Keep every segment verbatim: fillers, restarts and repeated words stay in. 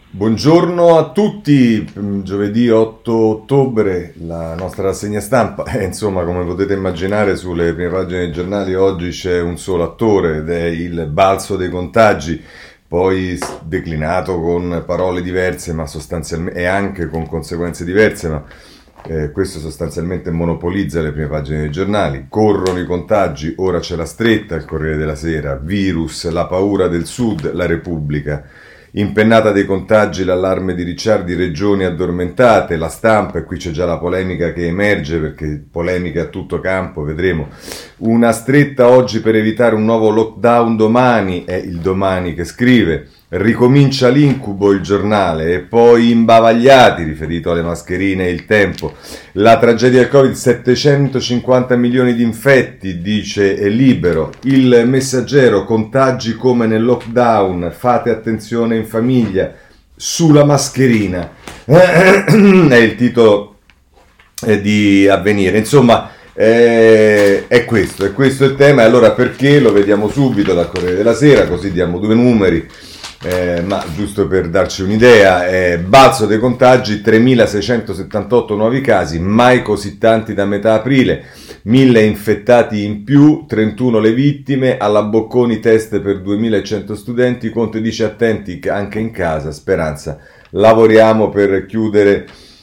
Buongiorno a tutti, giovedì otto ottobre la nostra rassegna stampa, eh, insomma come potete immaginare sulle prime pagine dei giornali oggi c'è un solo attore ed è il balzo dei contagi, poi declinato con parole diverse ma sostanzialmente e anche con conseguenze diverse, ma eh, questo sostanzialmente monopolizza le prime pagine dei giornali. Corrono i contagi, ora c'è la stretta, il Corriere della Sera, virus, la paura del Sud, la Repubblica. Impennata dei contagi, l'allarme di Ricciardi, regioni addormentate, la Stampa, e qui c'è già la polemica che emerge perché polemica a tutto campo, vedremo. Una stretta oggi per evitare un nuovo lockdown domani, è il Domani che scrive. Ricomincia l'incubo, il Giornale, e poi imbavagliati, riferito alle mascherine e il Tempo. La tragedia del Covid, settecentocinquanta milioni di infetti, dice Libero. Il Messaggero, contagi come nel lockdown, fate attenzione in famiglia, sulla mascherina. È il titolo di Avvenire. Insomma, eh, è questo, è questo il tema. E allora perché? Lo vediamo subito dal Corriere della Sera, così diamo due numeri. Eh, ma giusto per darci un'idea, eh, balzo dei contagi, tremilaseicentosettantotto nuovi casi, mai così tanti da metà aprile, mille infettati in più, trentuno le vittime, alla Bocconi test per duemilacento studenti, Conte dice attenti anche in casa, Speranza, lavoriamo per chiudere,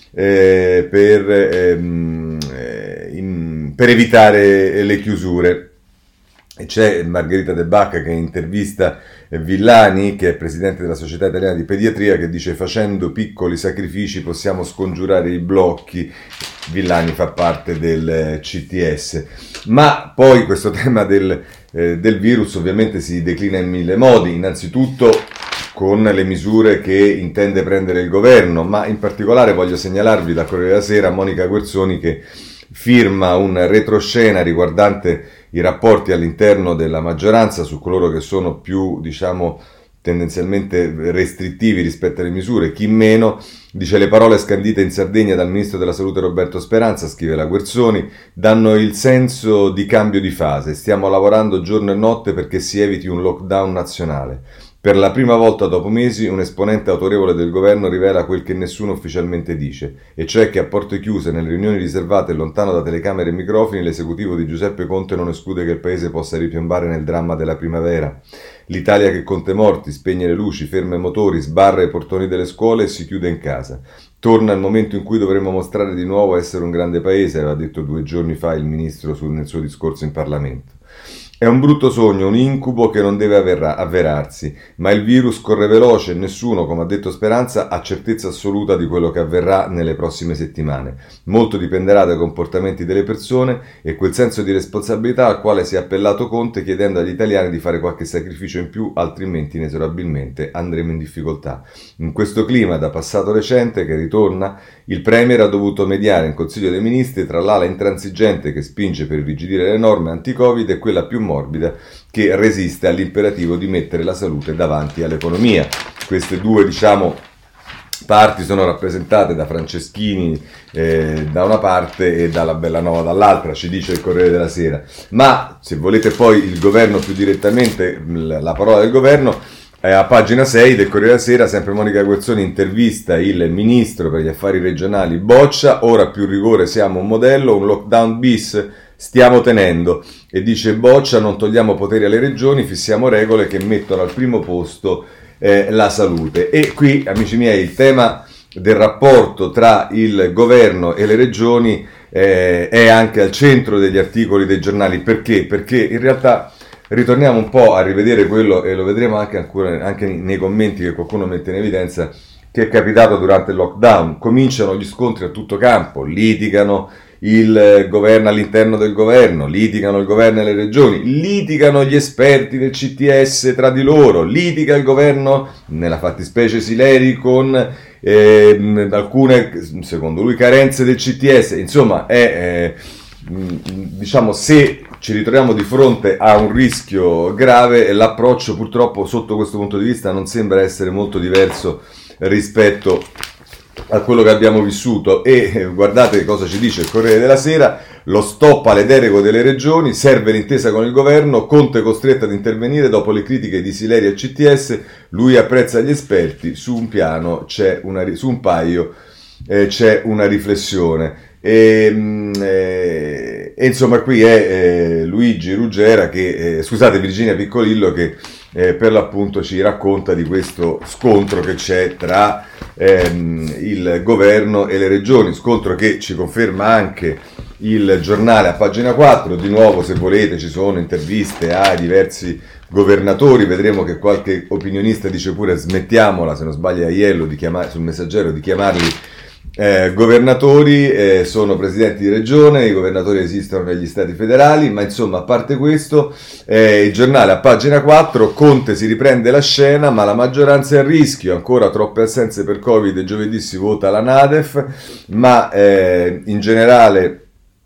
eh, per, ehm, eh, in, per evitare le chiusure. E c'è Margherita De Bacca che intervista Villani, che è presidente della Società Italiana di Pediatria, che dice facendo piccoli sacrifici possiamo scongiurare i blocchi. Villani fa parte del C T S. Ma poi questo tema del, eh, del virus ovviamente si declina in mille modi, innanzitutto con le misure che intende prendere il governo, ma in particolare voglio segnalarvi da Corriere della Sera Monica Guerzoni che firma un retroscena riguardante i rapporti all'interno della maggioranza su coloro che sono più, diciamo, tendenzialmente restrittivi rispetto alle misure, chi meno. Dice le parole scandite in Sardegna dal ministro della salute Roberto Speranza, scrive la Guerzoni, danno il senso di cambio di fase, stiamo lavorando giorno e notte perché si eviti un lockdown nazionale. Per la prima volta dopo mesi un esponente autorevole del governo rivela quel che nessuno ufficialmente dice, e cioè che a porte chiuse, nelle riunioni riservate e lontano da telecamere e microfoni, l'esecutivo di Giuseppe Conte non esclude che il paese possa ripiombare nel dramma della primavera. L'Italia che conta i morti, spegne le luci, ferma i motori, sbarra i portoni delle scuole e si chiude in casa. Torna il momento in cui dovremo mostrare di nuovo essere un grande paese, aveva detto due giorni fa il ministro nel suo discorso in Parlamento. È un brutto sogno, un incubo che non deve avverrà, avverarsi, ma il virus corre veloce e nessuno, come ha detto Speranza, ha certezza assoluta di quello che avverrà nelle prossime settimane. Molto dipenderà dai comportamenti delle persone e quel senso di responsabilità al quale si è appellato Conte chiedendo agli italiani di fare qualche sacrificio in più, altrimenti inesorabilmente andremo in difficoltà. In questo clima da passato recente che ritorna, il Premier ha dovuto mediare in Consiglio dei Ministri tra l'ala intransigente che spinge per irrigidire le norme anti-Covid e quella più morbida che resiste all'imperativo di mettere la salute davanti all'economia. Queste due, diciamo, parti sono rappresentate da Franceschini eh, da una parte e dalla Bellanova dall'altra, ci dice il Corriere della Sera. Ma se volete poi il governo più direttamente, la parola del governo, a pagina sei del Corriere della Sera, sempre Monica Guerzoni intervista il ministro per gli affari regionali Boccia, ora più rigore siamo un modello, un lockdown bis stiamo tenendo, e dice Boccia non togliamo poteri alle regioni, fissiamo regole che mettono al primo posto eh, la salute. E qui, amici miei, il tema del rapporto tra il governo e le regioni eh, è anche al centro degli articoli dei giornali. Perché? Perché in realtà ritorniamo un po' a rivedere quello, e lo vedremo anche, ancora, anche nei commenti che qualcuno mette in evidenza, che è capitato durante il lockdown. Cominciano gli scontri a tutto campo, litigano il governo all'interno del governo, litigano il governo e le regioni, litigano gli esperti del C T S tra di loro, litiga il governo, nella fattispecie Sileri, con eh, alcune, secondo lui, carenze del C T S. Insomma, è, eh, diciamo, se ci ritroviamo di fronte a un rischio grave, l'approccio purtroppo sotto questo punto di vista non sembra essere molto diverso rispetto a quello che abbiamo vissuto. E eh, guardate cosa ci dice il Corriere della Sera: lo stop alle deroghe delle regioni, serve l'intesa con il governo, Conte costretto ad intervenire dopo le critiche di Sileri al C T S, lui apprezza gli esperti, su un piano c'è una, su un paio eh, c'è una riflessione. E, eh, e insomma qui è eh, Luigi Ruggera che, eh, scusate Virginia Piccolillo, che eh, per l'appunto ci racconta di questo scontro che c'è tra ehm, il governo e le regioni, scontro che ci conferma anche il Giornale a pagina quattro. Di nuovo, se volete, ci sono interviste a diversi governatori, vedremo che qualche opinionista dice pure smettiamola, se non sbaglia Aiello, di chiamare, sul Messaggero, di chiamarli Eh, governatori, eh, sono presidenti di regione, i governatori esistono negli stati federali, ma insomma, a parte questo, eh, il Giornale a pagina quattro, Conte si riprende la scena, ma la maggioranza è a rischio, ancora troppe assenze per Covid, e giovedì si vota la NADEF, ma eh, in generale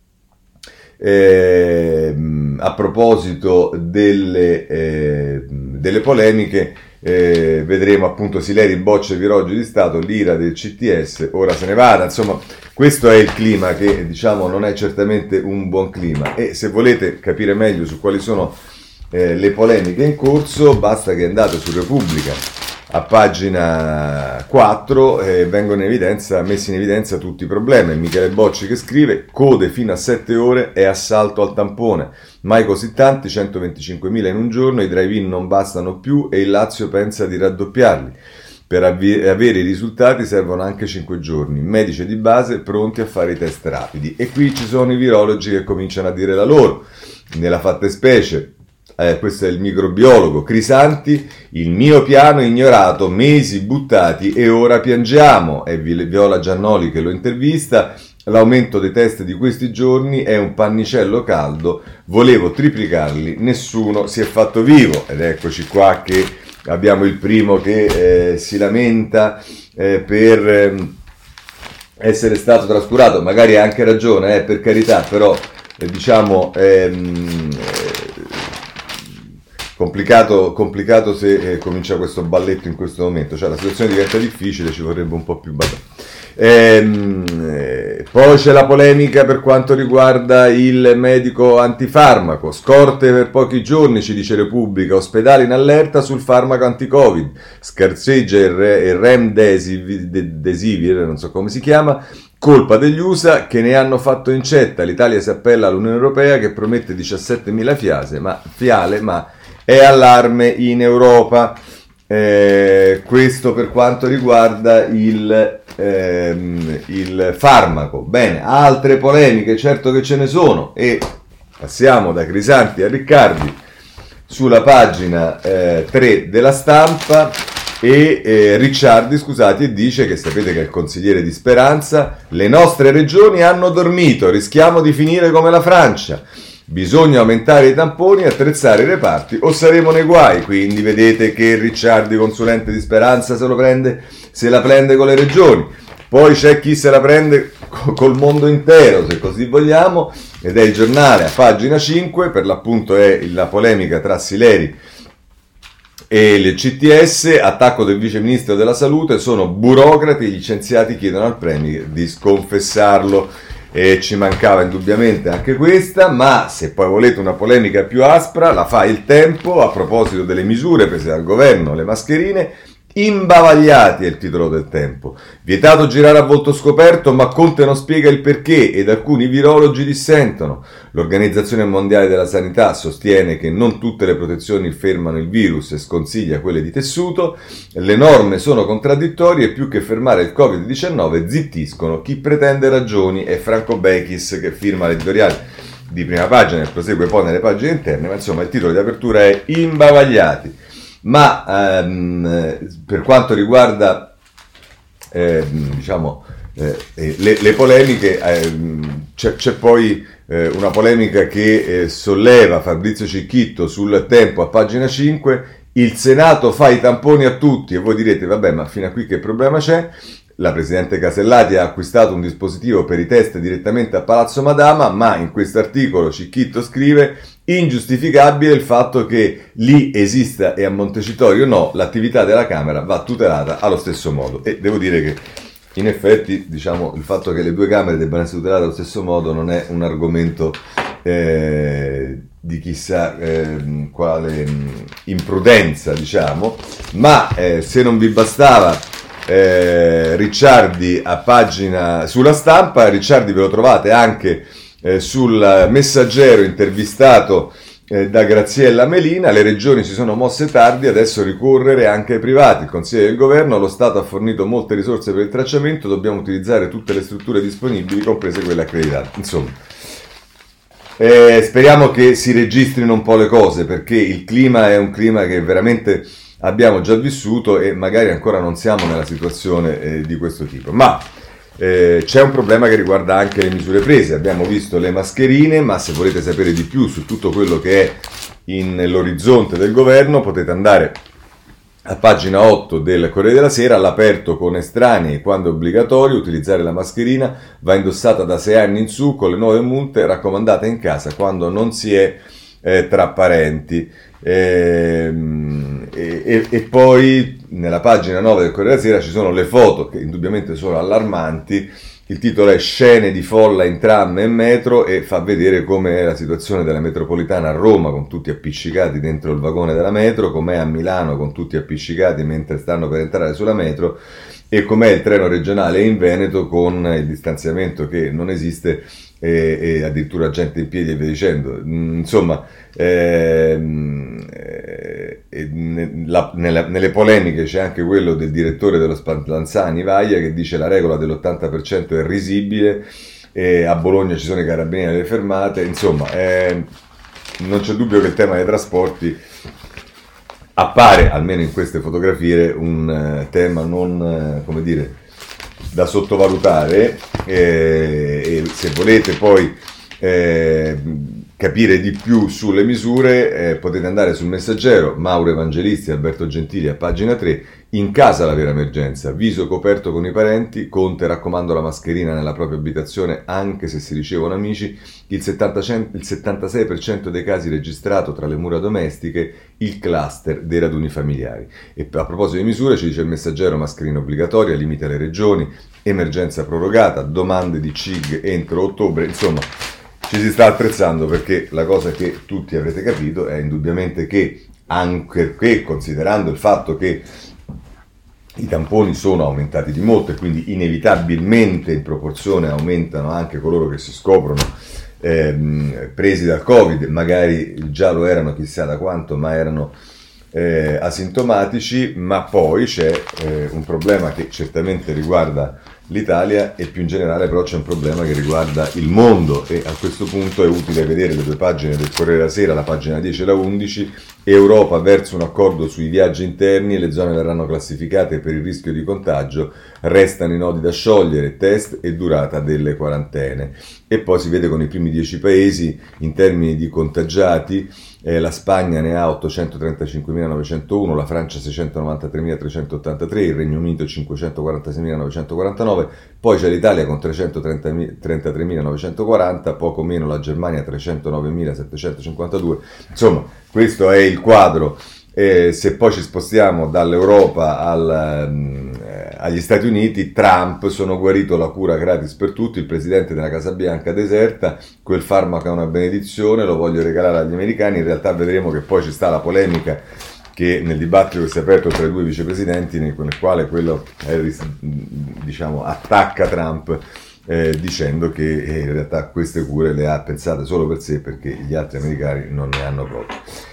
eh, a proposito delle, eh, delle polemiche, Eh, vedremo appunto Sileri boccia i viraggi di Stato, l'ira del C T S, ora se ne vada. Insomma, questo è il clima, che diciamo non è certamente un buon clima. E se volete capire meglio su quali sono eh, le polemiche in corso, basta che andate su Repubblica a pagina quattro, eh, vengono in evidenza, messi in evidenza tutti i problemi. Michele Bocci che scrive: code fino a sette ore e assalto al tampone, mai così tanti, centoventicinquemila in un giorno, i drive-in non bastano più e il Lazio pensa di raddoppiarli. Per avvi- avere i risultati servono anche cinque giorni, medici di base pronti a fare i test rapidi. E qui ci sono i virologi che cominciano a dire la loro. Nella fattispecie, Eh, questo è il microbiologo Crisanti: il mio piano ignorato, mesi buttati e ora piangiamo. È Viola Giannoli che lo intervista. L'aumento dei test di questi giorni è un pannicello caldo, volevo triplicarli, nessuno si è fatto vivo. Ed eccoci qua che abbiamo il primo che eh, si lamenta eh, per eh, essere stato trascurato. Magari ha anche ragione, eh, per carità, però eh, diciamo ehm, Complicato, complicato se eh, comincia questo balletto in questo momento, cioè la situazione diventa difficile, ci vorrebbe un po' più battere. Ehm, eh, poi c'è la polemica per quanto riguarda il medico antifarmaco, scorte per pochi giorni, ci dice Repubblica, ospedali in allerta sul farmaco anti-Covid, scarseggia il, re, il Remdesivir, non so come si chiama, colpa degli U S A che ne hanno fatto incetta. L'Italia si appella all'Unione Europea che promette diciassettemila fiale, ma, fiale, ma è allarme in Europa. Eh, questo per quanto riguarda il, ehm, il farmaco. Bene, altre polemiche, certo che ce ne sono, e passiamo da Crisanti a Riccardi sulla pagina eh, tre della Stampa. E eh, Ricciardi, scusate, e dice che sapete che è il consigliere di Speranza: le nostre regioni hanno dormito, rischiamo di finire come la Francia. Bisogna aumentare i tamponi e attrezzare i reparti o saremo nei guai. Quindi vedete che Ricciardi, consulente di Speranza, se lo prende, se la prende con le regioni. Poi c'è chi se la prende col mondo intero, se così vogliamo, ed è il Giornale a pagina cinque, per l'appunto è la polemica tra Sileri e il C T S, attacco del vice ministro della salute, sono burocrati, gli scienziati chiedono al premier di sconfessarlo. E ci mancava indubbiamente anche questa, ma se poi volete una polemica più aspra la fa Il Tempo a proposito delle misure prese dal governo, le mascherine. Imbavagliati è il titolo del Tempo. Vietato girare a volto scoperto, ma Conte non spiega il perché ed alcuni virologi dissentono. L'Organizzazione Mondiale della Sanità sostiene che non tutte le protezioni fermano il virus e sconsiglia quelle di tessuto. Le norme sono contraddittorie e più che fermare il covid diciannove zittiscono chi pretende ragioni. È Franco Bechis che firma l'editoriale di prima pagina e prosegue poi nelle pagine interne, ma insomma il titolo di apertura è Imbavagliati. Ma ehm, per quanto riguarda eh, diciamo eh, le, le polemiche, ehm, c'è, c'è poi eh, una polemica che eh, solleva Fabrizio Cicchitto sul Tempo a pagina cinque: il Senato fa i tamponi a tutti. E voi direte vabbè, ma fino a qui che problema c'è? La Presidente Casellati ha acquistato un dispositivo per i test direttamente a Palazzo Madama, ma in questo articolo Cicchitto scrive: ingiustificabile il fatto che lì esista e a Montecitorio no, l'attività della Camera va tutelata allo stesso modo. E devo dire che in effetti, diciamo, il fatto che le due Camere debbano essere tutelate allo stesso modo non è un argomento eh, di chissà eh, quale mh, imprudenza, diciamo, ma eh, se non vi bastava eh, Ricciardi a pagina sulla Stampa, Ricciardi ve lo trovate anche eh, sul Messaggero, intervistato Eh, da Graziella Melina. Le regioni si sono mosse tardi, adesso ricorrere anche ai privati. Il Consiglio del Governo, lo Stato ha fornito molte risorse per il tracciamento, dobbiamo utilizzare tutte le strutture disponibili, comprese quelle accreditate. Insomma, eh, speriamo che si registrino un po' le cose, perché il clima è un clima che veramente abbiamo già vissuto e magari ancora non siamo nella situazione eh, di questo tipo. Ma Eh, c'è un problema che riguarda anche le misure prese. Abbiamo visto le mascherine, ma se volete sapere di più su tutto quello che è in, nell'orizzonte del governo potete andare a pagina otto del Corriere della Sera. All'aperto con estranei, quando è obbligatorio utilizzare la mascherina, va indossata da sei anni in su, con le nuove multe raccomandate in casa quando non si è eh, tra parenti. E, e, e poi nella pagina nove del Corriere della Sera ci sono le foto che indubbiamente sono allarmanti. Il titolo è "Scene di folla in tram e metro" e fa vedere com'è la situazione della metropolitana a Roma con tutti appiccicati dentro il vagone della metro, com'è a Milano con tutti appiccicati mentre stanno per entrare sulla metro, e com'è il treno regionale in Veneto con il distanziamento che non esiste e, e addirittura gente in piedi e via dicendo. Insomma, ehm, eh, ne, la, nella, nelle polemiche c'è anche quello del direttore dello Spallanzani, Vaia, che dice la regola dell'ottanta per cento è risibile, e a Bologna ci sono i carabinieri alle fermate. Insomma, eh, non c'è dubbio che il tema dei trasporti appare, almeno in queste fotografie, un uh, tema non, uh, come dire, da sottovalutare, eh, e se volete poi eh, capire di più sulle misure eh, potete andare sul Messaggero, Mauro Evangelisti e Alberto Gentili a pagina tre. In casa la vera emergenza, viso coperto con i parenti, Conte raccomando la mascherina nella propria abitazione anche se si ricevono amici, il, settanta, il settantasei per cento dei casi registrato tra le mura domestiche, il cluster dei raduni familiari. E a proposito di misure ci dice il Messaggero: mascherina obbligatoria, limite alle regioni, emergenza prorogata, domande di C I G entro ottobre. Insomma, ci si sta attrezzando, perché la cosa che tutti avrete capito è indubbiamente che, anche che considerando il fatto che i tamponi sono aumentati di molto e quindi inevitabilmente in proporzione aumentano anche coloro che si scoprono ehm, presi dal Covid, magari già lo erano chissà da quanto, ma erano eh, asintomatici. Ma poi c'è eh, un problema che certamente riguarda l'Italia e più in generale però c'è un problema che riguarda il mondo, e a questo punto è utile vedere le due pagine del Corriere della Sera, la pagina dieci e la undici. Europa verso un accordo sui viaggi interni, le zone verranno classificate per il rischio di contagio, restano i nodi da sciogliere, test e durata delle quarantene. E poi si vede con i primi dieci paesi in termini di contagiati. Eh, la Spagna ne ha ottocentotrentacinquemilanovecentouno, la Francia seicentonovantatremilatrecentottantatré, il Regno Unito cinquecentoquarantaseimilanovancentoquarantanove, poi c'è l'Italia con trecentotrentatremilanovecentokwaranta, poco meno la Germania trecentonovemilasettecentocinquantadue. Insomma, questo è il quadro. Eh, se poi ci spostiamo dall'Europa al, um, eh, agli Stati Uniti, Trump: sono guarito, la cura gratis per tutti, il presidente della Casa Bianca deserta, quel farmaco è una benedizione, lo voglio regalare agli americani. In realtà vedremo che poi ci sta la polemica che nel dibattito che si è aperto tra i due vicepresidenti, nel quale quello eh, diciamo attacca Trump eh, dicendo che eh, in realtà queste cure le ha pensate solo per sé, perché gli altri americani non ne hanno proprio.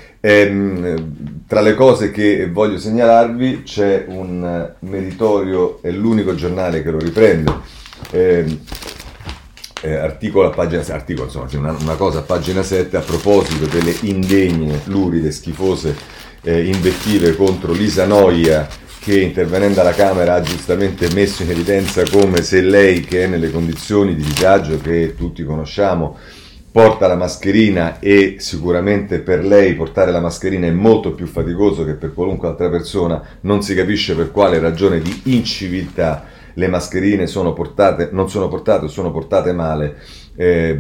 Ehm, tra le cose che voglio segnalarvi c'è un Meritorio, è l'unico giornale che lo riprende, ehm, eh, articolo a pagina articolo, insomma, una, una cosa a pagina sette a proposito delle indegne, luride, schifose eh, invettive contro Lisa Noia, che intervenendo alla Camera ha giustamente messo in evidenza come se lei, che è nelle condizioni di disagio che tutti conosciamo, porta la mascherina, e sicuramente per lei portare la mascherina è molto più faticoso che per qualunque altra persona, non si capisce per quale ragione di inciviltà le mascherine sono portate, non sono portate o sono portate male eh,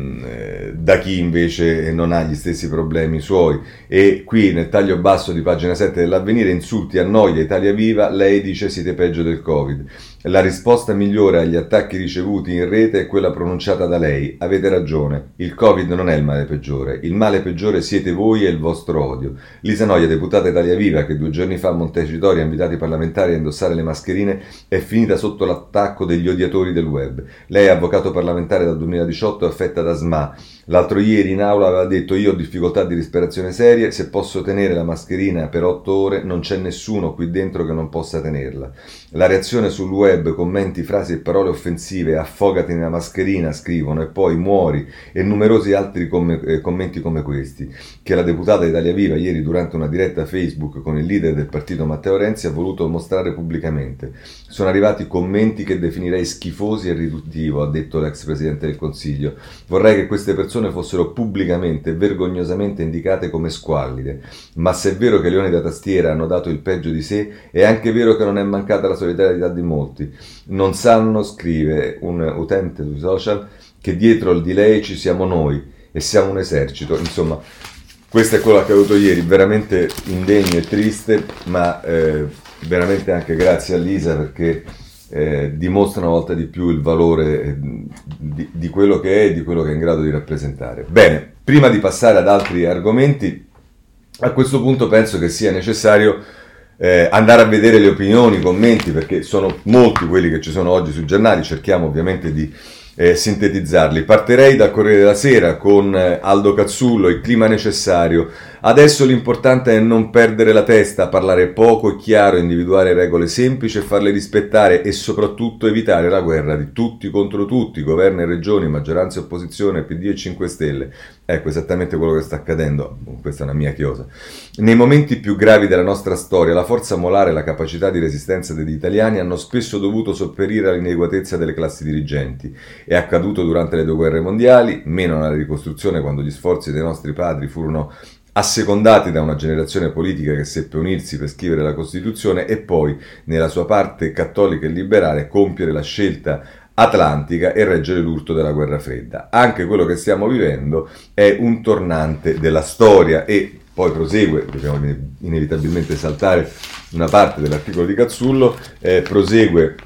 mh, da chi invece non ha gli stessi problemi suoi. E qui nel taglio basso di pagina sette dell'Avvenire: insulti, annoia, Italia Viva, lei dice siete peggio del Covid. La risposta migliore agli attacchi ricevuti in rete è quella pronunciata da lei. Avete ragione, il Covid non è il male peggiore, il male peggiore siete voi e il vostro odio. Lisa Noia, deputata Italia Viva, che due giorni fa a Montecitorio ha invitato i parlamentari a indossare le mascherine, è finita sotto l'attacco degli odiatori del web. Lei è avvocato parlamentare dal duemiladiciotto e affetta da S M A. L'altro ieri in aula aveva detto: io ho difficoltà di respirazione serie, se posso tenere la mascherina per otto ore non c'è nessuno qui dentro che non possa tenerla. La reazione sul web, commenti, frasi e parole offensive: affogati nella mascherina, scrivono, e poi muori, e numerosi altri com- eh, commenti come questi, che la deputata di Italia Viva ieri durante una diretta Facebook con il leader del partito Matteo Renzi ha voluto mostrare pubblicamente. Sono arrivati commenti che definirei schifosi e riduttivo, ha detto l'ex Presidente del Consiglio. Vorrei che queste persone fossero pubblicamente e vergognosamente indicate come squallide, ma se è vero che i leoni da tastiera hanno dato il peggio di sé, è anche vero che non è mancata la solidarietà di molti. Non sanno, scrive un utente sui social, che dietro il di lei ci siamo noi e siamo un esercito. Insomma, questo è quello accaduto ieri, veramente indegno e triste, ma eh, veramente anche grazie a Lisa, perché Eh, dimostra una volta di più il valore eh, di, di quello che è e di quello che è in grado di rappresentare. Bene, prima di passare ad altri argomenti, a questo punto penso che sia necessario eh, andare a vedere le opinioni, i commenti, perché sono molti quelli che ci sono oggi sui giornali. Cerchiamo ovviamente di eh, sintetizzarli. Partirei dal Corriere della Sera con eh, Aldo Cazzullo: il clima necessario. Adesso l'importante è non perdere la testa, parlare poco e chiaro, individuare regole semplici e farle rispettare, e soprattutto evitare la guerra di tutti contro tutti, governo e regioni, maggioranza e opposizione, P D e cinque Stelle. Ecco esattamente quello che sta accadendo, questa è una mia chiosa. Nei momenti più gravi della nostra storia, la forza molare e la capacità di resistenza degli italiani hanno spesso dovuto sopperire all'inadeguatezza delle classi dirigenti. È accaduto durante le due guerre mondiali, meno nella ricostruzione, quando gli sforzi dei nostri padri furono assecondati da una generazione politica che seppe unirsi per scrivere la Costituzione, e poi, nella sua parte cattolica e liberale, compiere la scelta atlantica e reggere l'urto della guerra fredda. Anche quello che stiamo vivendo è un tornante della storia. E poi prosegue, dobbiamo inevitabilmente saltare una parte dell'articolo di Cazzullo, eh, prosegue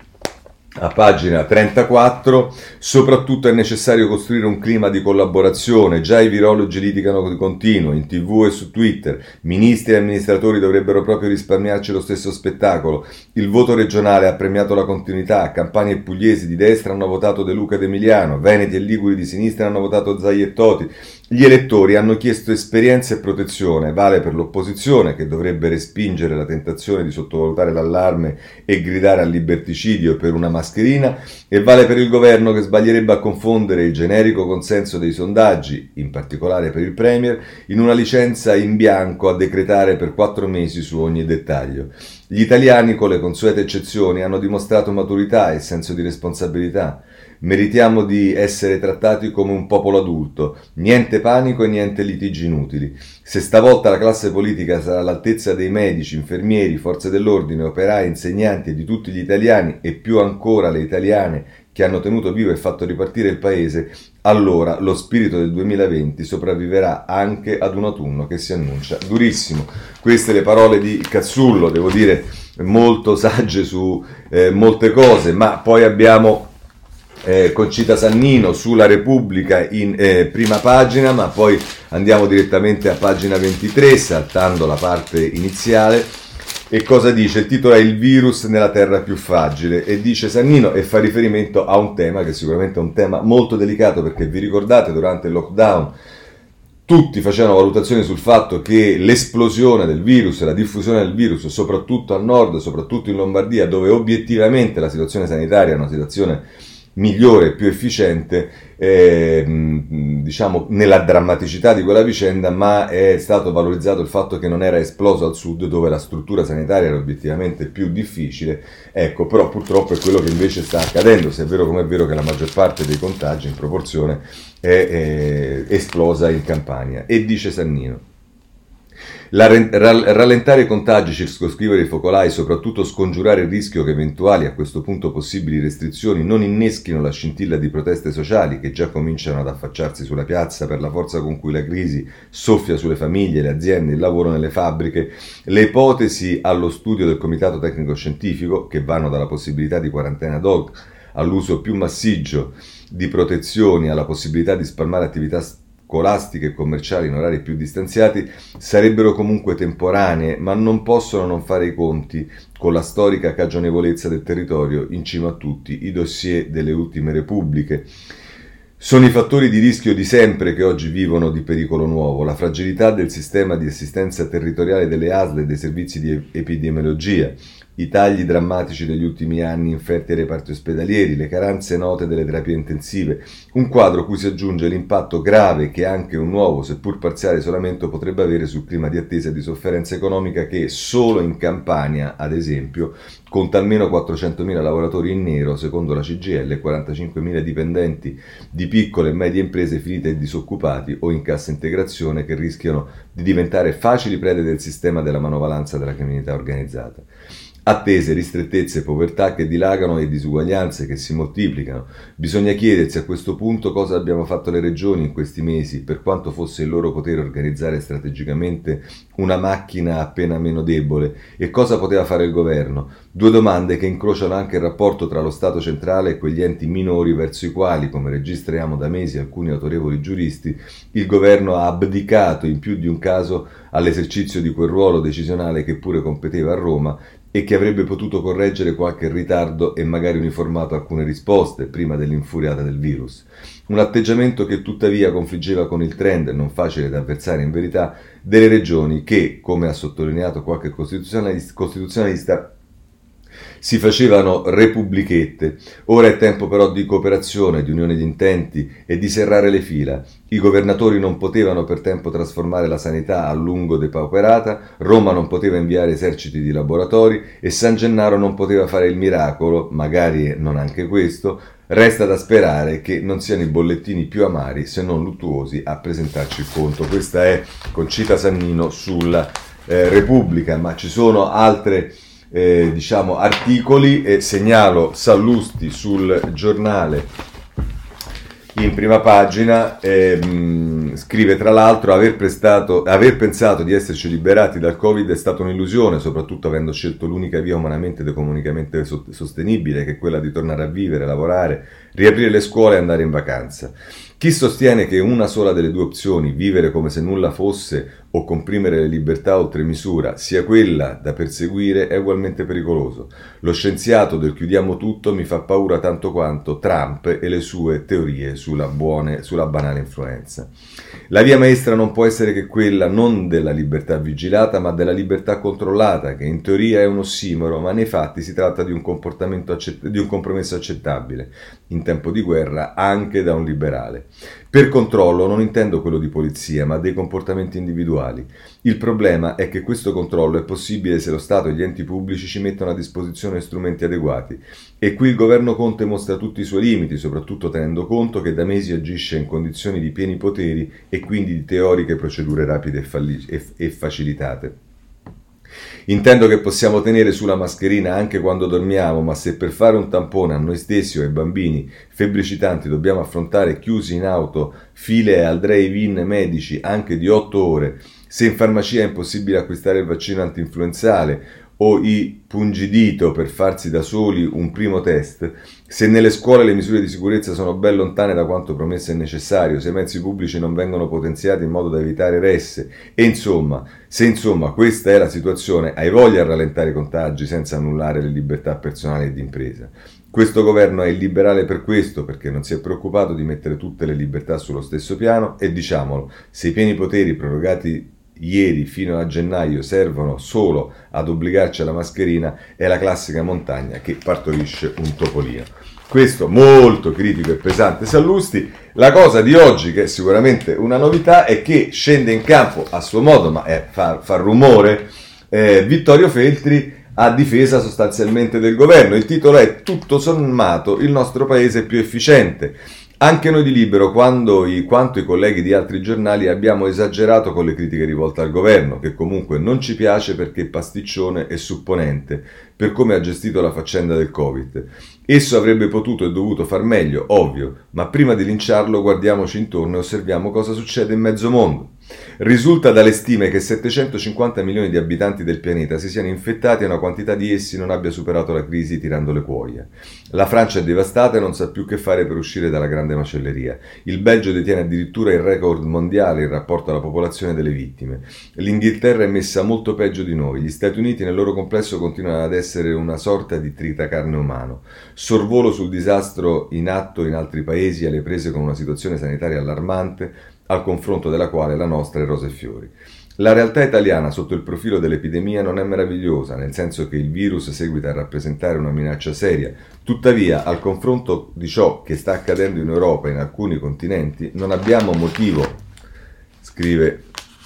a pagina trentaquattro: soprattutto è necessario costruire un clima di collaborazione, già i virologi litigano di continuo, in tv e su Twitter, ministri e amministratori dovrebbero proprio risparmiarci lo stesso spettacolo, il voto regionale ha premiato la continuità, Campania e pugliesi di destra hanno votato De Luca ed Emiliano, veneti e liguri di sinistra hanno votato Zai e Toti, gli elettori hanno chiesto esperienza e protezione, vale per l'opposizione che dovrebbe respingere la tentazione di sottovalutare l'allarme e gridare al liberticidio per una mascherina, e vale per il governo che sbaglierebbe a confondere il generico consenso dei sondaggi, in particolare per il Premier, in una licenza in bianco a decretare per quattro mesi su ogni dettaglio. Gli italiani, con le consuete eccezioni, hanno dimostrato maturità e senso di responsabilità. Meritiamo di essere trattati come un popolo adulto, niente panico e niente litigi inutili. Se stavolta la classe politica sarà all'altezza dei medici, infermieri, forze dell'ordine, operai, insegnanti e di tutti gli italiani, e più ancora le italiane che hanno tenuto vivo e fatto ripartire il paese, allora lo spirito del duemilaventi sopravviverà anche ad un autunno che si annuncia durissimo. Queste le parole di Cazzullo, devo dire molto sagge su eh, molte cose, ma poi abbiamo Eh, Concita Sannino sulla Repubblica in eh, prima pagina, ma poi andiamo direttamente a pagina ventitré, saltando la parte iniziale. E cosa dice? Il titolo è "Il virus nella terra più fragile", e dice Sannino, e fa riferimento a un tema che sicuramente è un tema molto delicato, perché vi ricordate durante il lockdown tutti facevano valutazioni sul fatto che l'esplosione del virus e la diffusione del virus, soprattutto al nord, soprattutto in Lombardia, dove obiettivamente la situazione sanitaria è una situazione migliore e più efficiente, eh, diciamo nella drammaticità di quella vicenda, ma è stato valorizzato il fatto che non era esploso al sud, dove la struttura sanitaria era obiettivamente più difficile. Ecco, però purtroppo è quello che invece sta accadendo, se è vero come è vero che la maggior parte dei contagi in proporzione è, è esplosa in Campania. E dice Sannino: La, rallentare i contagi, circoscrivere i focolai e soprattutto scongiurare il rischio che eventuali, a questo punto possibili restrizioni, non inneschino la scintilla di proteste sociali che già cominciano ad affacciarsi sulla piazza per la forza con cui la crisi soffia sulle famiglie, le aziende, il lavoro nelle fabbriche, le ipotesi allo studio del Comitato Tecnico Scientifico, che vanno dalla possibilità di quarantena ad hoc all'uso più massiccio di protezioni, alla possibilità di spalmare attività scolastiche e commerciali in orari più distanziati, sarebbero comunque temporanee, ma non possono non fare i conti con la storica cagionevolezza del territorio, in cima a tutti i dossier delle ultime repubbliche. Sono i fattori di rischio di sempre che oggi vivono di pericolo nuovo, la fragilità del sistema di assistenza territoriale delle A S L e dei servizi di epidemiologia, i tagli drammatici degli ultimi anni inferti ai reparti ospedalieri, le carenze note delle terapie intensive, un quadro cui si aggiunge l'impatto grave che anche un nuovo, seppur parziale isolamento potrebbe avere sul clima di attesa e di sofferenza economica che solo in Campania, ad esempio, conta almeno quattrocentomila lavoratori in nero, secondo la C G I L, e quarantacinquemila dipendenti di piccole e medie imprese finite e disoccupati o in cassa integrazione che rischiano di diventare facili prede del sistema della manovalanza della criminalità organizzata. Attese, ristrettezze, povertà che dilagano e disuguaglianze che si moltiplicano. Bisogna chiedersi a questo punto cosa abbiamo fatto le regioni in questi mesi, per quanto fosse il loro potere organizzare strategicamente una macchina appena meno debole, e cosa poteva fare il governo. Due domande che incrociano anche il rapporto tra lo Stato centrale e quegli enti minori verso i quali, come registriamo da mesi alcuni autorevoli giuristi, il governo ha abdicato in più di un caso all'esercizio di quel ruolo decisionale che pure competeva a Roma e che avrebbe potuto correggere qualche ritardo e magari uniformato alcune risposte prima dell'infuriata del virus. Un atteggiamento che tuttavia confliggeva con il trend, non facile da avversare in verità, delle regioni che, come ha sottolineato qualche costituzionalista, costituzionalista si facevano repubblichette. Ora è tempo però di cooperazione, di unione di intenti e di serrare le fila. I governatori non potevano per tempo trasformare la sanità a lungo depauperata, Roma non poteva inviare eserciti di laboratori e San Gennaro non poteva fare il miracolo, magari non anche questo. Resta da sperare che non siano i bollettini più amari, se non luttuosi, a presentarci il conto. Questa è Concita Sannino sulla eh, Repubblica, ma ci sono altre Eh, diciamo articoli, e segnalo Sallusti sul Giornale in prima pagina, ehm, scrive tra l'altro: aver, prestato, aver pensato di esserci liberati dal Covid è stata un'illusione, soprattutto avendo scelto l'unica via umanamente ed economicamente sostenibile, che è quella di tornare a vivere, lavorare, riaprire le scuole e andare in vacanza. Chi sostiene che una sola delle due opzioni, vivere come se nulla fosse o comprimere le libertà oltre misura, sia quella da perseguire, è ugualmente pericoloso. Lo scienziato del chiudiamo tutto mi fa paura tanto quanto Trump e le sue teorie sulla, buone, sulla banale influenza. La via maestra non può essere che quella non della libertà vigilata, ma della libertà controllata, che in teoria è un ossimoro, ma nei fatti si tratta di un comportamento accett- di un compromesso accettabile, in tempo di guerra, anche da un liberale. Per controllo non intendo quello di polizia, ma dei comportamenti individuali. Il problema è che questo controllo è possibile se lo Stato e gli enti pubblici ci mettono a disposizione strumenti adeguati. E qui il governo Conte mostra tutti i suoi limiti, soprattutto tenendo conto che da mesi agisce in condizioni di pieni poteri e quindi di teoriche procedure rapide e, falli- e, e facilitate. Intendo che possiamo tenere sulla mascherina anche quando dormiamo, ma se per fare un tampone a noi stessi o ai bambini febbricitanti dobbiamo affrontare chiusi in auto file al drive-in medici anche di otto ore, se in farmacia è impossibile acquistare il vaccino anti-influenzale o i pungidito per farsi da soli un primo test, se nelle scuole le misure di sicurezza sono ben lontane da quanto promesso e necessario, se i mezzi pubblici non vengono potenziati in modo da evitare resse, e insomma, se insomma questa è la situazione, hai voglia a rallentare i contagi senza annullare le libertà personali e di impresa. Questo governo è illiberale per questo, perché non si è preoccupato di mettere tutte le libertà sullo stesso piano, e diciamolo, se i pieni poteri prorogati ieri fino a gennaio servono solo ad obbligarci alla mascherina, è la classica montagna che partorisce un topolino. Questo molto critico e pesante Sallusti. La cosa di oggi, che è sicuramente una novità, è che scende in campo a suo modo, ma è, fa, fa rumore, eh, Vittorio Feltri a difesa sostanzialmente del governo. Il titolo è: tutto sommato il nostro paese è più efficiente. Anche noi di Libero, quando i, quanto i colleghi di altri giornali, abbiamo esagerato con le critiche rivolte al governo, che comunque non ci piace perché pasticcione e supponente, per come ha gestito la faccenda del Covid. Esso avrebbe potuto e dovuto far meglio, ovvio, ma prima di linciarlo guardiamoci intorno e osserviamo cosa succede in mezzo mondo. Risulta dalle stime che settecentocinquanta milioni di abitanti del pianeta si siano infettati e una quantità di essi non abbia superato la crisi tirando le cuoia. La Francia è devastata e non sa più che fare per uscire dalla grande macelleria. Il Belgio detiene addirittura il record mondiale in rapporto alla popolazione delle vittime. L'Inghilterra è messa molto peggio di noi. Gli Stati Uniti nel loro complesso continuano ad essere una sorta di tritacarne umano. Sorvolo sul disastro in atto in altri paesi alle prese con una situazione sanitaria allarmante, al confronto della quale la nostra è rose e fiori. La realtà italiana sotto il profilo dell'epidemia non è meravigliosa, nel senso che il virus seguita a rappresentare una minaccia seria. Tuttavia, al confronto di ciò che sta accadendo in Europa e in alcuni continenti, non abbiamo motivo, scrive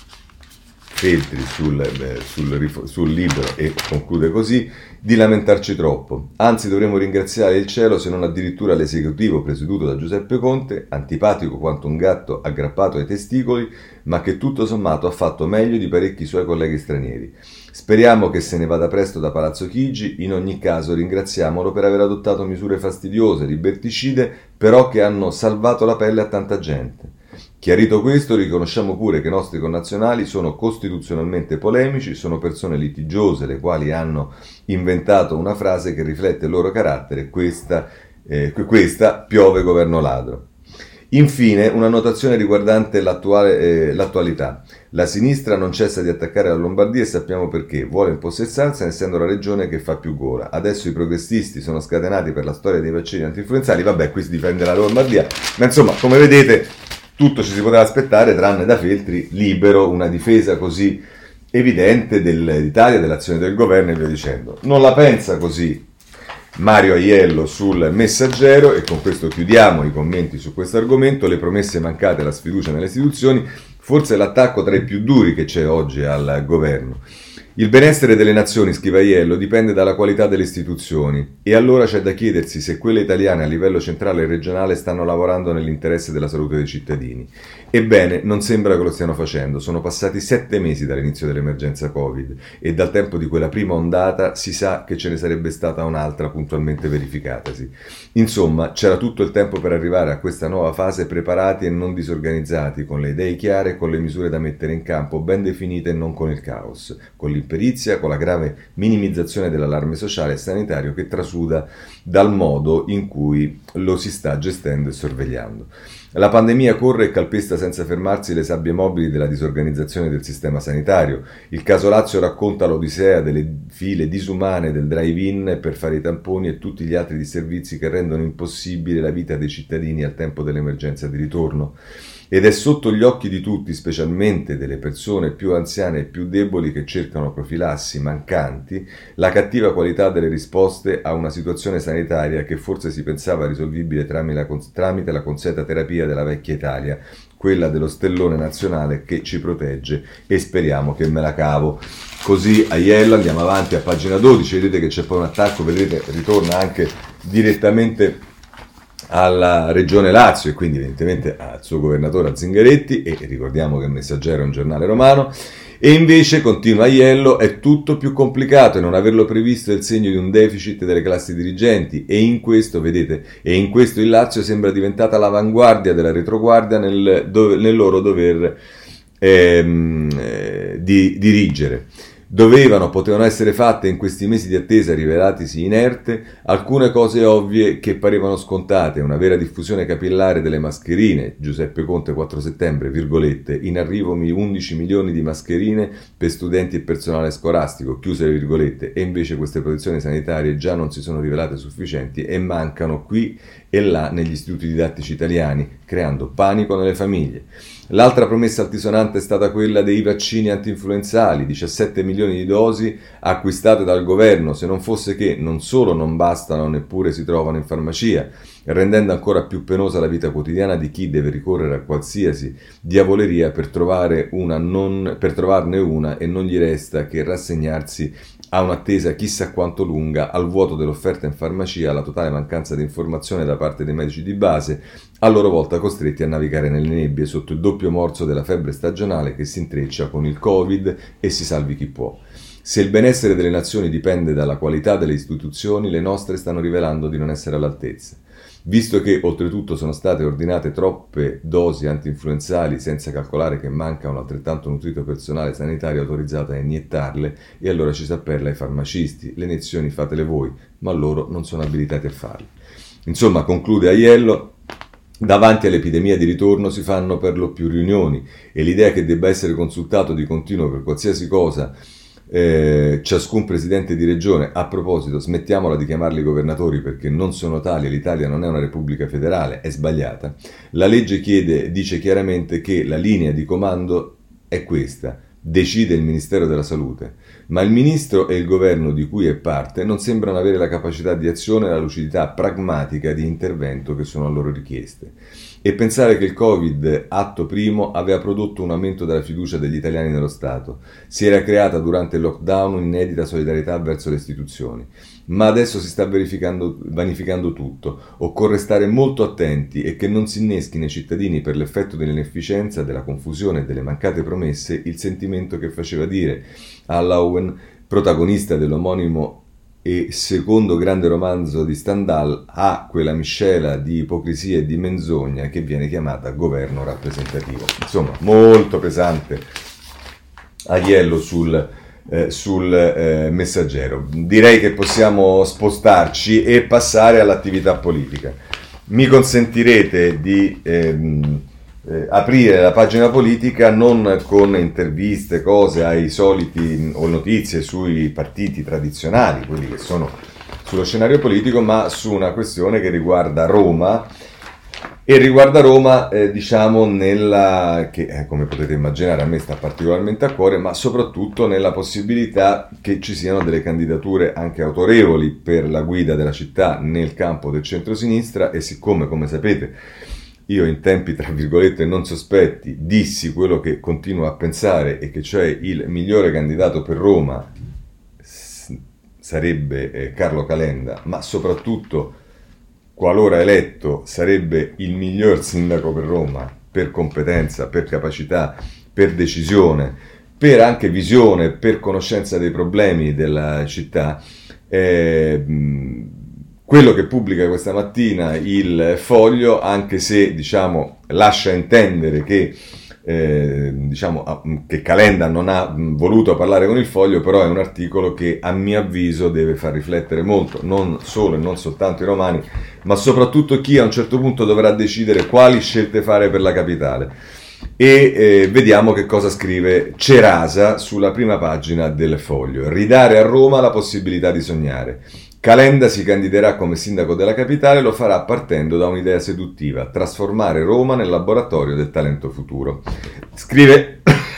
Feltri sul, beh, sul, sul Libero e conclude così, di lamentarci troppo. Anzi, dovremmo ringraziare il cielo, se non addirittura l'esecutivo presieduto da Giuseppe Conte, antipatico quanto un gatto aggrappato ai testicoli, ma che tutto sommato ha fatto meglio di parecchi suoi colleghi stranieri. Speriamo che se ne vada presto da Palazzo Chigi. In ogni caso ringraziamolo per aver adottato misure fastidiose, liberticide, però che hanno salvato la pelle a tanta gente. Chiarito questo, riconosciamo pure che i nostri connazionali sono costituzionalmente polemici, sono persone litigiose, le quali hanno inventato una frase che riflette il loro carattere, questa, eh, questa piove governo ladro. Infine, una notazione riguardante l'attuale, eh, l'attualità. La sinistra non cessa di attaccare la Lombardia e sappiamo perché, vuole impossessarsene essendo la regione che fa più gola. Adesso i progressisti sono scatenati per la storia dei vaccini antinfluenzali, vabbè, qui si difende la Lombardia, ma insomma, come vedete, tutto ci si poteva aspettare, tranne da Feltri, Libero, una difesa così evidente dell'Italia, dell'azione del governo e via dicendo. Non la pensa così Mario Aiello sul Messaggero, e con questo chiudiamo i commenti su questo argomento. Le promesse mancate e la sfiducia nelle istituzioni, forse l'attacco tra i più duri che c'è oggi al governo. Il benessere delle nazioni, scrive Aiello, dipende dalla qualità delle istituzioni, e allora c'è da chiedersi se quelle italiane a livello centrale e regionale stanno lavorando nell'interesse della salute dei cittadini. Ebbene, non sembra che lo stiano facendo. Sono passati sette mesi dall'inizio dell'emergenza Covid e dal tempo di quella prima ondata si sa che ce ne sarebbe stata un'altra puntualmente verificatasi. Insomma, c'era tutto il tempo per arrivare a questa nuova fase preparati e non disorganizzati, con le idee chiare e con le misure da mettere in campo ben definite e non con il caos, con l'imperizia, con la grave minimizzazione dell'allarme sociale e sanitario che trasuda dal modo in cui lo si sta gestendo e sorvegliando. La pandemia corre e calpesta senza fermarsi le sabbie mobili della disorganizzazione del sistema sanitario. Il caso Lazio racconta l'odissea delle file disumane del drive-in per fare i tamponi e tutti gli altri disservizi che rendono impossibile la vita dei cittadini al tempo dell'emergenza di ritorno. Ed è sotto gli occhi di tutti, specialmente delle persone più anziane e più deboli che cercano profilassi mancanti, la cattiva qualità delle risposte a una situazione sanitaria che forse si pensava risolvibile tramite la consueta terapia della vecchia Italia, quella dello stellone nazionale che ci protegge, e speriamo che me la cavo. Così Aiello. Andiamo avanti a pagina dodici, vedete che c'è poi un attacco, vedete, ritorna anche direttamente alla regione Lazio e quindi evidentemente al suo governatore, a Zingaretti, e ricordiamo che il Messaggero è un giornale romano. E invece, continua Aiello, è tutto più complicato e non averlo previsto è il segno di un deficit delle classi dirigenti, e in questo, vedete, e in questo il Lazio sembra diventata l'avanguardia della retroguardia nel, dove, nel loro dover ehm, eh, di, dirigere. Dovevano, potevano essere fatte in questi mesi di attesa rivelatisi inerte alcune cose ovvie che parevano scontate: una vera diffusione capillare delle mascherine, Giuseppe Conte quattro settembre, virgolette, in arrivo undici milioni di mascherine per studenti e personale scolastico, chiuse le virgolette, e invece queste protezioni sanitarie già non si sono rivelate sufficienti e mancano qui e là negli istituti didattici italiani, creando panico nelle famiglie. L'altra promessa altisonante è stata quella dei vaccini antinfluenzali, diciassette milioni milioni di dosi acquistate dal governo, se non fosse che non solo non bastano, neppure si trovano in farmacia, rendendo ancora più penosa la vita quotidiana di chi deve ricorrere a qualsiasi diavoleria per, trovare una non, per trovarne una, e non gli resta che rassegnarsi a un'attesa chissà quanto lunga, al vuoto dell'offerta in farmacia, alla totale mancanza di informazione da parte dei medici di base, a loro volta costretti a navigare nelle nebbie sotto il doppio morso della febbre stagionale che si intreccia con il Covid e si salvi chi può. Se il benessere delle nazioni dipende dalla qualità delle istituzioni, le nostre stanno rivelando di non essere all'altezza. Visto che oltretutto sono state ordinate troppe dosi antinfluenzali senza calcolare che manca un altrettanto nutrito personale sanitario autorizzato a iniettarle, e allora ci si appella ai farmacisti: le iniezioni fatele voi, ma loro non sono abilitati a farle. Insomma, conclude Aiello, davanti all'epidemia di ritorno si fanno per lo più riunioni, e l'idea che debba essere consultato di continuo per qualsiasi cosa Eh, ciascun presidente di regione, a proposito, smettiamola di chiamarli governatori perché non sono tali e l'Italia non è una repubblica federale, è sbagliata. La legge chiede, dice chiaramente che la linea di comando è questa: decide il Ministero della Salute, ma il ministro e il governo di cui è parte non sembrano avere la capacità di azione e la lucidità pragmatica di intervento che sono a loro richieste. E pensare che il Covid, atto primo, aveva prodotto un aumento della fiducia degli italiani nello Stato. Si era creata durante il lockdown un'inedita solidarietà verso le istituzioni. Ma adesso si sta verificando, vanificando tutto. Occorre stare molto attenti e che non si inneschi nei cittadini, per l'effetto dell'inefficienza, della confusione e delle mancate promesse, il sentimento che faceva dire alla Owen, protagonista dell'omonimo e secondo grande romanzo di Stendhal, ha quella miscela di ipocrisia e di menzogna che viene chiamata governo rappresentativo. Insomma, molto pesante Aiello sul, eh, sul eh, Messaggero. Direi che possiamo spostarci e passare all'attività politica. Mi consentirete di ehm, eh, aprire la pagina politica non con interviste, cose ai soliti o notizie sui partiti tradizionali, quelli che sono sullo scenario politico, ma su una questione che riguarda Roma e riguarda Roma eh, diciamo nella che eh, come potete immaginare a me sta particolarmente a cuore, ma soprattutto nella possibilità che ci siano delle candidature anche autorevoli per la guida della città nel campo del centrosinistra. E siccome, come sapete, io in tempi tra virgolette non sospetti dissi quello che continuo a pensare, e che cioè il migliore candidato per Roma s- sarebbe eh, Carlo Calenda, ma soprattutto, qualora eletto, sarebbe il miglior sindaco per Roma per competenza, per capacità, per decisione, per anche visione, per conoscenza dei problemi della città. Eh, Quello che pubblica questa mattina il Foglio, anche se diciamo lascia intendere che, eh, diciamo, che Calenda non ha voluto parlare con il Foglio, però è un articolo che a mio avviso deve far riflettere molto, non solo e non soltanto i romani, ma soprattutto chi a un certo punto dovrà decidere quali scelte fare per la capitale. E eh, vediamo che cosa scrive Cerasa sulla prima pagina del Foglio. Ridare a Roma la possibilità di sognare. Calenda si candiderà come sindaco della capitale, lo farà partendo da un'idea seduttiva: trasformare Roma nel laboratorio del talento futuro. Scrive,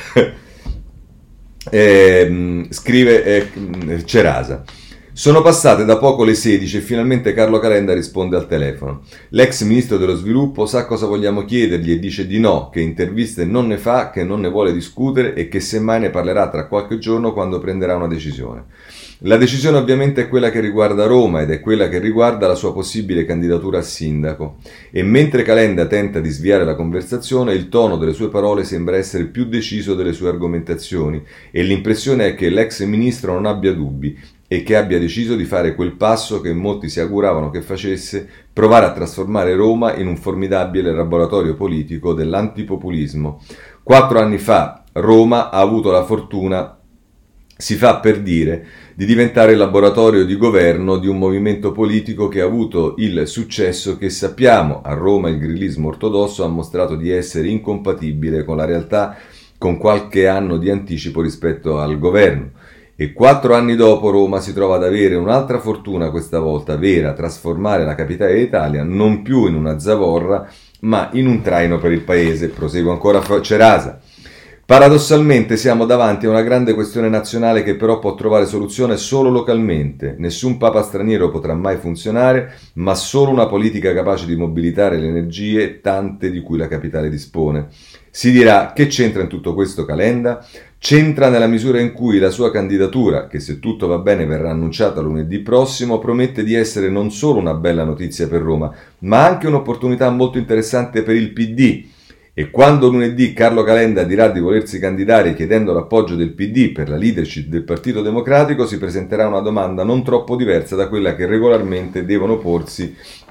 eh, scrive eh, Cerasa. Sono passate da poco le sedici e finalmente Carlo Calenda risponde al telefono. L'ex ministro dello sviluppo sa cosa vogliamo chiedergli e dice di no, che interviste non ne fa, che non ne vuole discutere e che semmai ne parlerà tra qualche giorno quando prenderà una decisione. La decisione ovviamente è quella che riguarda Roma ed è quella che riguarda la sua possibile candidatura a sindaco. E mentre Calenda tenta di sviare la conversazione, il tono delle sue parole sembra essere più deciso delle sue argomentazioni e l'impressione è che l'ex ministro non abbia dubbi e che abbia deciso di fare quel passo che molti si auguravano che facesse, provare a trasformare Roma in un formidabile laboratorio politico dell'antipopulismo. Quattro anni fa Roma ha avuto la fortuna, si fa per dire, di diventare il laboratorio di governo di un movimento politico che ha avuto il successo che sappiamo. A Roma il grillismo ortodosso ha mostrato di essere incompatibile con la realtà con qualche anno di anticipo rispetto al governo. E quattro anni dopo Roma si trova ad avere un'altra fortuna, questa volta vera: trasformare la capitale d'Italia non più in una zavorra, ma in un traino per il paese. Prosegue ancora Cerasa. Paradossalmente siamo davanti a una grande questione nazionale che però può trovare soluzione solo localmente. Nessun papa straniero potrà mai funzionare, ma solo una politica capace di mobilitare le energie, tante di cui la capitale dispone. Si dirà: che c'entra in tutto questo Calenda? C'entra nella misura in cui la sua candidatura, che se tutto va bene verrà annunciata lunedì prossimo, promette di essere non solo una bella notizia per Roma, ma anche un'opportunità molto interessante per il P D. E quando lunedì Carlo Calenda dirà di volersi candidare chiedendo l'appoggio del P D per la leadership del Partito Democratico, si presenterà una domanda non troppo diversa da quella che regolarmente devono porsi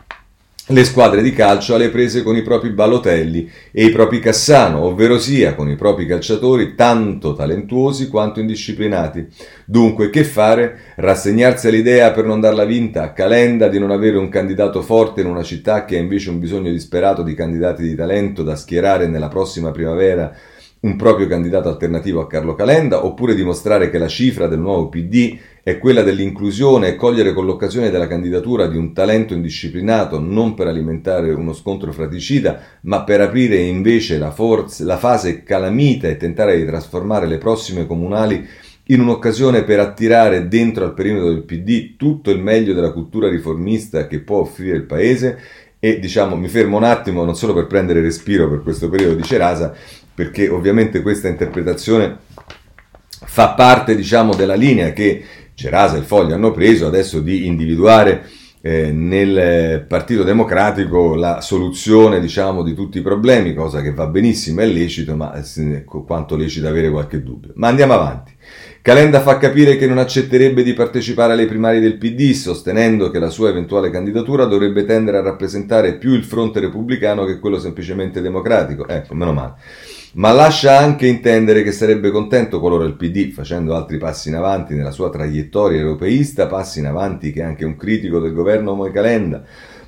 le squadre di calcio alle prese con i propri Balotelli e i propri Cassano, ovvero sia con i propri calciatori tanto talentuosi quanto indisciplinati. Dunque, che fare? Rassegnarsi all'idea, per non darla vinta a Calenda, di non avere un candidato forte in una città che ha invece un bisogno disperato di candidati di talento da schierare nella prossima primavera un proprio candidato alternativo a Carlo Calenda, oppure dimostrare che la cifra del nuovo P D è quella dell'inclusione e cogliere con l'occasione della candidatura di un talento indisciplinato non per alimentare uno scontro fratricida, ma per aprire invece la, forza, la fase calamita e tentare di trasformare le prossime comunali in un'occasione per attirare dentro al perimetro del P D tutto il meglio della cultura riformista che può offrire il Paese. E diciamo, mi fermo un attimo non solo per prendere respiro per questo periodo di Cerasa, perché ovviamente questa interpretazione fa parte, diciamo, della linea che Cerasa e il Foglio hanno preso adesso di individuare eh, nel Partito Democratico la soluzione, diciamo, di tutti i problemi, cosa che va benissimo, è lecito, ma eh, quanto lecito avere qualche dubbio. Ma andiamo avanti. Calenda fa capire che non accetterebbe di partecipare alle primarie del P D, sostenendo che la sua eventuale candidatura dovrebbe tendere a rappresentare più il fronte repubblicano che quello semplicemente democratico. Ecco, meno male. Ma lascia anche intendere che sarebbe contento qualora il P D, facendo altri passi in avanti nella sua traiettoria europeista, passi in avanti che anche un critico del governo come Calenda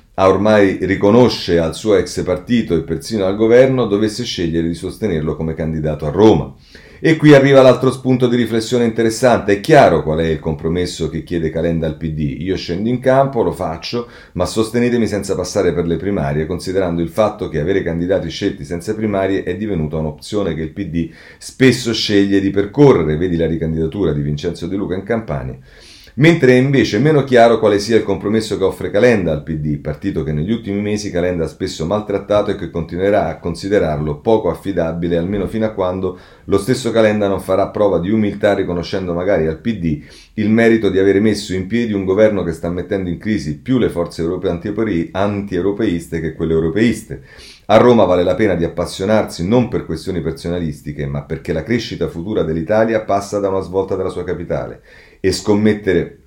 ormai riconosce al suo ex partito e persino al governo, dovesse scegliere di sostenerlo come candidato a Roma. E qui arriva l'altro spunto di riflessione interessante. È chiaro qual è il compromesso che chiede Calenda al P D. Io scendo in campo, lo faccio, ma sostenetemi senza passare per le primarie, considerando il fatto che avere candidati scelti senza primarie è divenuta un'opzione che il P D spesso sceglie di percorrere. Vedi la ricandidatura di Vincenzo De Luca in Campania. Mentre è invece meno chiaro quale sia il compromesso che offre Calenda al P D, partito che negli ultimi mesi Calenda ha spesso maltrattato e che continuerà a considerarlo poco affidabile, almeno fino a quando lo stesso Calenda non farà prova di umiltà, riconoscendo magari al P D il merito di avere messo in piedi un governo che sta mettendo in crisi più le forze europee anti-europeiste che quelle europeiste. A Roma vale la pena di appassionarsi non per questioni personalistiche, ma perché la crescita futura dell'Italia passa da una svolta della sua capitale. E scommettere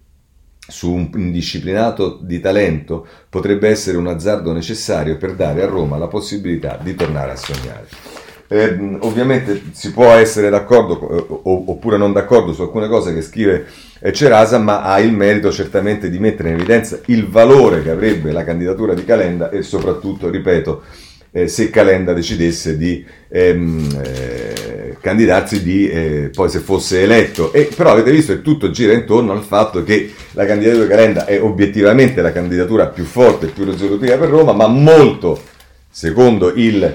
su un indisciplinato di talento potrebbe essere un azzardo necessario per dare a Roma la possibilità di tornare a sognare. Eh, ovviamente si può essere d'accordo eh, oppure non d'accordo su alcune cose che scrive eh, Cerasa, ma ha il merito certamente di mettere in evidenza il valore che avrebbe la candidatura di Calenda e soprattutto, ripeto, Eh, se Calenda decidesse di ehm, eh, candidarsi di, eh, poi se fosse eletto. E però avete visto che tutto gira intorno al fatto che la candidatura di Calenda è obiettivamente la candidatura più forte e più risolutiva per Roma, ma molto, secondo il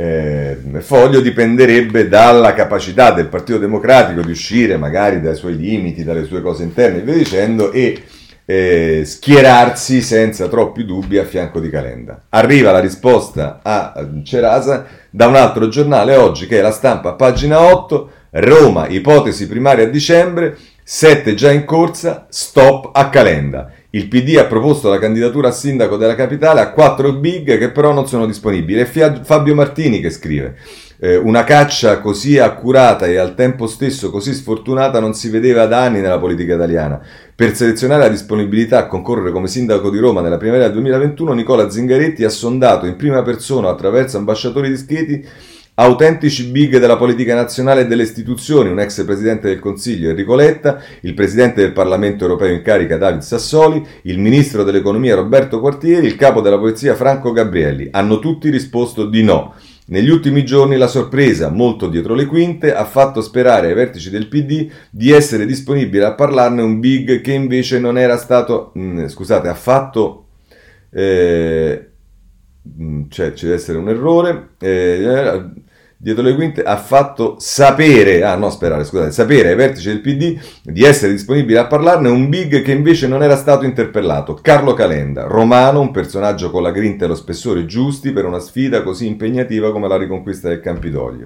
eh, Foglio, dipenderebbe dalla capacità del Partito Democratico di uscire magari dai suoi limiti, dalle sue cose interne e via dicendo, e Eh, schierarsi senza troppi dubbi a fianco di Calenda. Arriva la risposta a Cerasa da un altro giornale oggi, che è La Stampa, pagina otto. Roma, ipotesi primaria a dicembre, sette già in corsa, stop a Calenda. Il P D ha proposto la candidatura a sindaco della capitale a quattro big che però non sono disponibili. È Fabio Martini che scrive: eh, una caccia così accurata e al tempo stesso così sfortunata non si vedeva da anni nella politica italiana. Per selezionare la disponibilità a concorrere come sindaco di Roma nella primavera duemilaventuno, Nicola Zingaretti ha sondato in prima persona, attraverso ambasciatori discreti, autentici big della politica nazionale e delle istituzioni, un ex presidente del Consiglio Enrico Letta, il presidente del Parlamento europeo in carica David Sassoli, il ministro dell'economia Roberto Quartieri, il capo della polizia Franco Gabrielli. Hanno tutti risposto di no. Negli ultimi giorni la sorpresa, molto dietro le quinte, ha fatto sperare ai vertici del P D di essere disponibile a parlarne un big che invece non era stato, mh, scusate, ha fatto, eh, cioè ci deve essere un errore, eh, dietro le quinte ha fatto sapere, ah no sperare, scusate, sapere ai vertici del P D di essere disponibile a parlarne un big che invece non era stato interpellato, Carlo Calenda, romano, un personaggio con la grinta e lo spessore giusti per una sfida così impegnativa come la riconquista del Campidoglio.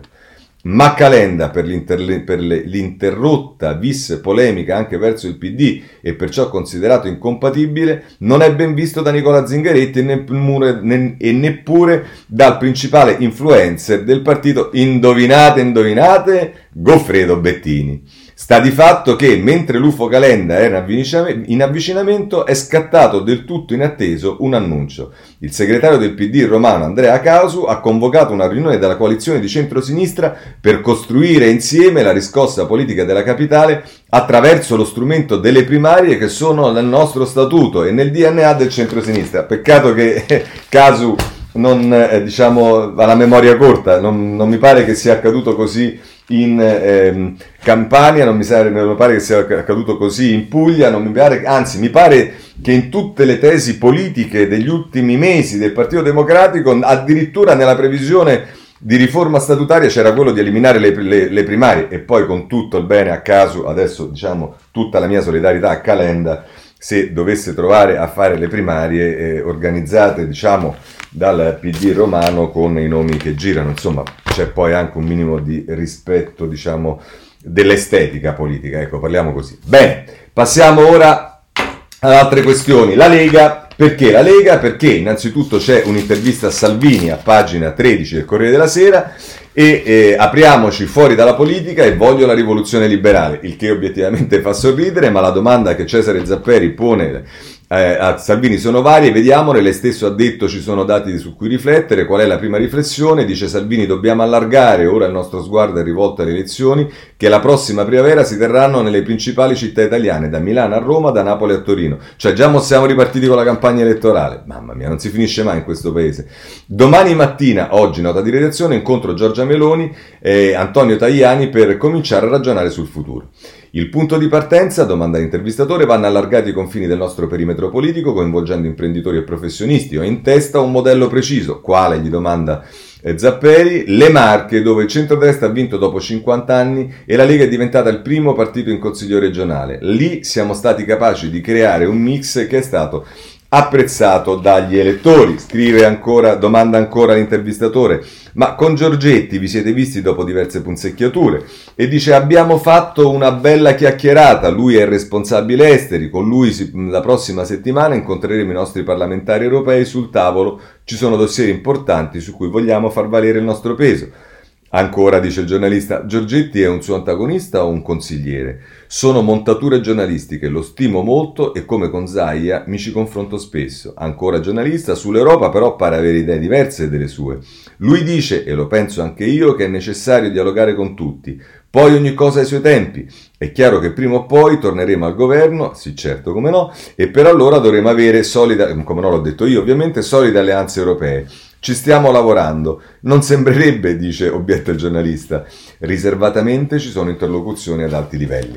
Ma Calenda, per, per l'interrotta vis polemica anche verso il P D e perciò considerato incompatibile, non è ben visto da Nicola Zingaretti e neppure, ne, e neppure dal principale influencer del partito, indovinate, indovinate, Goffredo Bettini. Sta di fatto che, mentre l'U F O Calenda era in avvicinamento, è scattato del tutto inatteso un annuncio. Il segretario del P D romano Andrea Causu ha convocato una riunione della coalizione di centrosinistra per costruire insieme la riscossa politica della capitale attraverso lo strumento delle primarie che sono nel nostro statuto e nel D N A del centrosinistra. Peccato che eh, Causu non, eh, diciamo, ha la memoria corta, non, non mi pare che sia accaduto così in eh, Campania, non mi, sa, non mi pare che sia accaduto così in Puglia, non mi pare, anzi mi pare che in tutte le tesi politiche degli ultimi mesi del Partito Democratico, addirittura nella previsione di riforma statutaria c'era quello di eliminare le, le, le primarie, e poi con tutto il bene a caso, adesso diciamo tutta la mia solidarietà a Calenda se dovesse trovare a fare le primarie eh, organizzate diciamo dal P D romano con i nomi che girano, insomma c'è poi anche un minimo di rispetto diciamo dell'estetica politica, ecco, parliamo così. Bene, passiamo ora ad altre questioni. La Lega, perché la Lega? Perché innanzitutto c'è un'intervista a Salvini a pagina tredici del Corriere della Sera e eh, apriamoci fuori dalla politica e voglio la rivoluzione liberale, il che obiettivamente fa sorridere, ma la domanda che Cesare Zapperi pone eh, a Salvini sono varie, vediamole. Lei stesso ha detto ci sono dati su cui riflettere. Qual è la prima riflessione? Dice Salvini: dobbiamo allargare, ora il nostro sguardo è rivolto alle elezioni che la prossima primavera si terranno nelle principali città italiane, da Milano a Roma, da Napoli a Torino. Cioè già siamo ripartiti con la campagna elettorale, mamma mia, non si finisce mai in questo paese. Domani mattina, oggi nota di redazione, incontro Giorgia Meloni e Antonio Tajani per cominciare a ragionare sul futuro. Il punto di partenza, domanda l'intervistatore, vanno allargati i confini del nostro perimetro politico coinvolgendo imprenditori e professionisti. Ho in testa un modello preciso. Quale? Gli domanda eh, Zapperi. Le Marche, dove il centrodestra ha vinto dopo cinquanta anni e la Lega è diventata il primo partito in consiglio regionale. Lì siamo stati capaci di creare un mix che è stato apprezzato dagli elettori. Scrive ancora, domanda ancora l'intervistatore: ma con Giorgetti vi siete visti dopo diverse punzecchiature? E dice: abbiamo fatto una bella chiacchierata, lui è il responsabile esteri, con lui si, la prossima settimana incontreremo i nostri parlamentari europei, sul tavolo ci sono dossier importanti su cui vogliamo far valere il nostro peso. Ancora, dice il giornalista, Giorgetti è un suo antagonista o un consigliere? Sono montature giornalistiche, lo stimo molto e come con Zaia mi ci confronto spesso. Ancora giornalista, sull'Europa però pare avere idee diverse delle sue. Lui dice, e lo penso anche io, che è necessario dialogare con tutti. Poi ogni cosa ha i suoi tempi. È chiaro che prima o poi torneremo al governo, sì certo come no, e per allora dovremo avere solida, come no l'ho detto io ovviamente, solide alleanze europee. Ci stiamo lavorando. Non sembrerebbe, dice, obietta il giornalista. Riservatamente ci sono interlocuzioni ad alti livelli.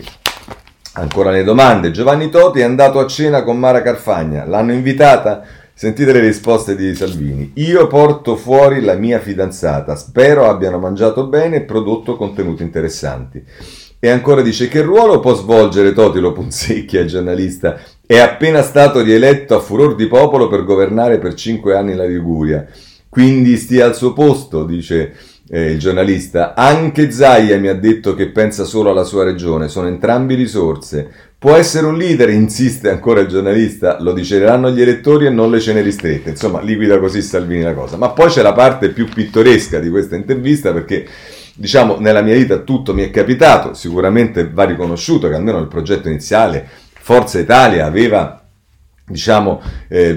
Ancora le domande. Giovanni Toti è andato a cena con Mara Carfagna. L'hanno invitata? Sentite le risposte di Salvini. Io porto fuori la mia fidanzata. Spero abbiano mangiato bene e prodotto contenuti interessanti. E ancora dice: che ruolo può svolgere Toti? Lo punzecchia il giornalista. È appena stato rieletto a furor di popolo per governare per cinque anni la Liguria. Quindi stia al suo posto, dice eh, il giornalista. Anche Zaia mi ha detto che pensa solo alla sua regione, sono entrambi risorse. Può essere un leader, insiste ancora il giornalista, lo decideranno gli elettori e non le ceneri strette. Insomma, liquida così Salvini la cosa. Ma poi c'è la parte più pittoresca di questa intervista, perché diciamo nella mia vita tutto mi è capitato, sicuramente va riconosciuto che almeno nel progetto iniziale Forza Italia aveva diciamo eh,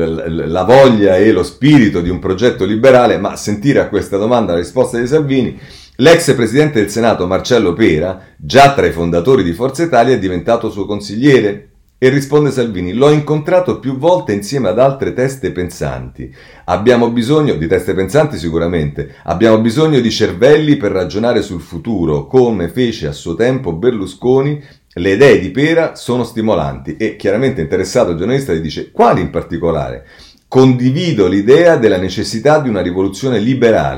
la voglia e lo spirito di un progetto liberale, ma sentire a questa domanda la risposta di Salvini. L'ex presidente del Senato Marcello Pera, già tra i fondatori di Forza Italia, è diventato suo consigliere? E risponde Salvini: l'ho incontrato più volte insieme ad altre teste pensanti. Abbiamo bisogno di teste pensanti sicuramente, abbiamo bisogno di cervelli per ragionare sul futuro, come fece a suo tempo Berlusconi. Le idee di Pera sono stimolanti. E chiaramente interessato il giornalista gli dice: quali in particolare? Condivido l'idea della necessità di una rivoluzione liberale.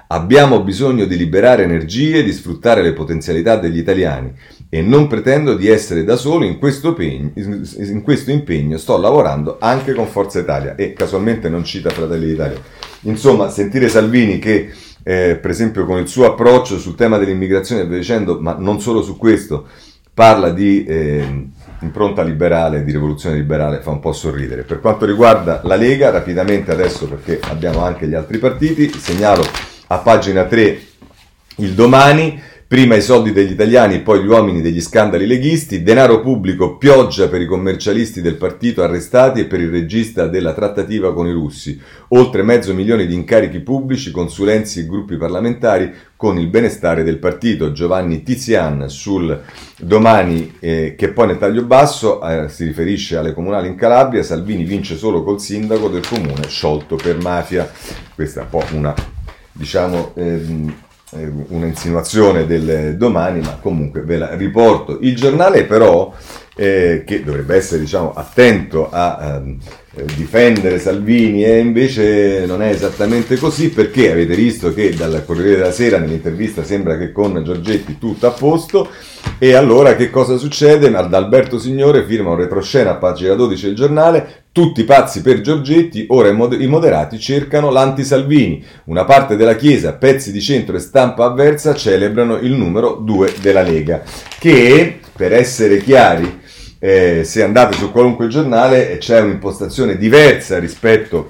Abbiamo bisogno di liberare energie, di sfruttare le potenzialità degli italiani e non pretendo di essere da solo in questo, pegno, in questo impegno, sto lavorando anche con Forza Italia, e casualmente non cita Fratelli d'Italia. Insomma, sentire Salvini che eh, per esempio con il suo approccio sul tema dell'immigrazione e via dicendo, ma non solo su questo, parla di eh, impronta liberale, di rivoluzione liberale, fa un po' sorridere. Per quanto riguarda la Lega, rapidamente adesso, perché abbiamo anche gli altri partiti, segnalo a pagina tre il Domani. Prima i soldi degli italiani, poi gli uomini degli scandali leghisti, denaro pubblico, pioggia per i commercialisti del partito arrestati e per il regista della trattativa con i russi, oltre mezzo milione di incarichi pubblici, consulenzi e gruppi parlamentari con il benestare del partito. Giovanni Tizian sul Domani, eh, che poi nel taglio basso eh, si riferisce alle comunali in Calabria, Salvini vince solo col sindaco del comune sciolto per mafia. Questa è un po' una, diciamo... Ehm, una insinuazione del Domani, ma comunque ve la riporto. Il Giornale però, eh, che dovrebbe essere, diciamo, attento a eh, difendere Salvini, e invece non è esattamente così, perché avete visto che dal Corriere della Sera nell'intervista sembra che con Giorgetti tutto a posto. E allora che cosa succede? Ad Alberto Signore firma un retroscena a pagina dodici del Giornale: tutti pazzi per Giorgetti, ora i moderati cercano l'anti-Salvini. Una parte della Chiesa, pezzi di centro e stampa avversa celebrano il numero due della Lega, che, per essere chiari, eh, se andate su qualunque giornale c'è un'impostazione diversa rispetto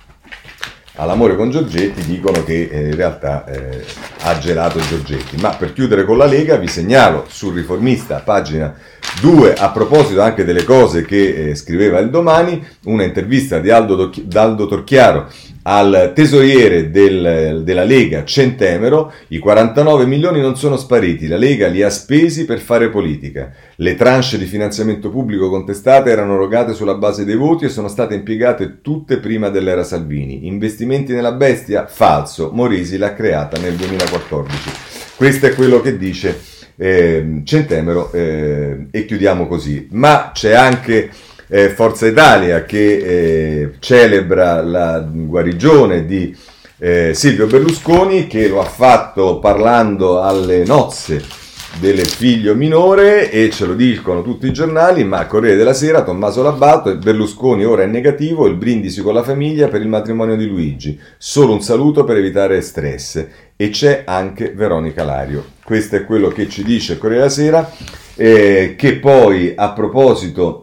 all'amore con Giorgetti, dicono che eh, in realtà eh, ha gelato Giorgetti. Ma per chiudere con la Lega vi segnalo sul Riformista, pagina due, a proposito anche delle cose che eh, scriveva il Domani, una intervista di Aldo, Aldo Torchiaro al tesoriere del, della Lega Centemero. I quarantanove milioni non sono spariti, la Lega li ha spesi per fare politica. Le tranche di finanziamento pubblico contestate erano erogate sulla base dei voti e sono state impiegate tutte prima dell'era Salvini. Investimenti nella bestia? Falso, Morisi l'ha creata nel duemilaquattordici. Questo è quello che dice eh, Centemero, eh, e chiudiamo così. Ma c'è anche Eh, Forza Italia che eh, celebra la guarigione di eh, Silvio Berlusconi, che lo ha fatto parlando alle nozze del figlio minore, e ce lo dicono tutti i giornali. Ma Corriere della Sera, Tommaso Labato, e Berlusconi ora è negativo, il brindisi con la famiglia per il matrimonio di Luigi, solo un saluto per evitare stress, e c'è anche Veronica Lario. Questo è quello che ci dice Corriere della Sera, eh, che poi, a proposito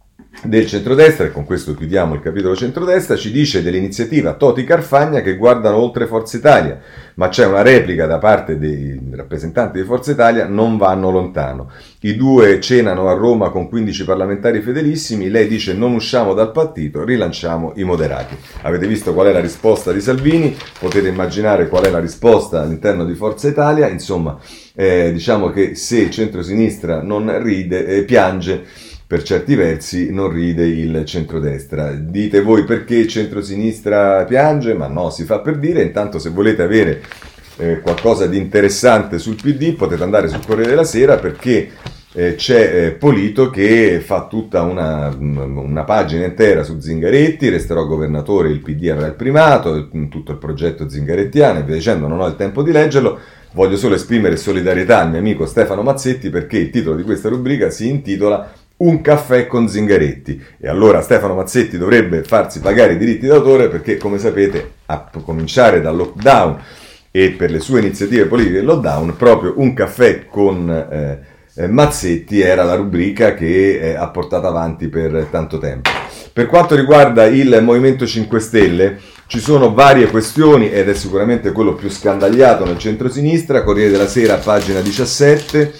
del centrodestra, e con questo chiudiamo il capitolo centrodestra, ci dice dell'iniziativa Toti Carfagna che guardano oltre Forza Italia, ma c'è una replica da parte dei rappresentanti di Forza Italia: non vanno lontano. I due cenano a Roma con quindici parlamentari fedelissimi, lei dice non usciamo dal partito, rilanciamo i moderati. Avete visto qual è la risposta di Salvini, potete immaginare qual è la risposta all'interno di Forza Italia. Insomma, eh, diciamo che se il centrosinistra non ride, eh, piange, per certi versi non ride il centrodestra. Dite voi perché il centrosinistra piange? Ma no, si fa per dire. Intanto, se volete avere eh, qualcosa di interessante sul P D, potete andare sul Corriere della Sera, perché eh, c'è eh, Polito che fa tutta una, una pagina intera su Zingaretti: resterò governatore, il P D avrà il primato, tutto il progetto zingarettiano e via dicendo. Non ho il tempo di leggerlo, voglio solo esprimere solidarietà al mio amico Stefano Mazzetti, perché il titolo di questa rubrica si intitola Un caffè con Zingaretti, e allora Stefano Mazzetti dovrebbe farsi pagare i diritti d'autore, perché, come sapete, a cominciare dal lockdown e per le sue iniziative politiche del lockdown, proprio Un caffè con eh, eh, Mazzetti era la rubrica che eh, ha portato avanti per tanto tempo. Per quanto riguarda il Movimento cinque Stelle, ci sono varie questioni, ed è sicuramente quello più scandagliato nel centrosinistra. Corriere della Sera, pagina diciassette,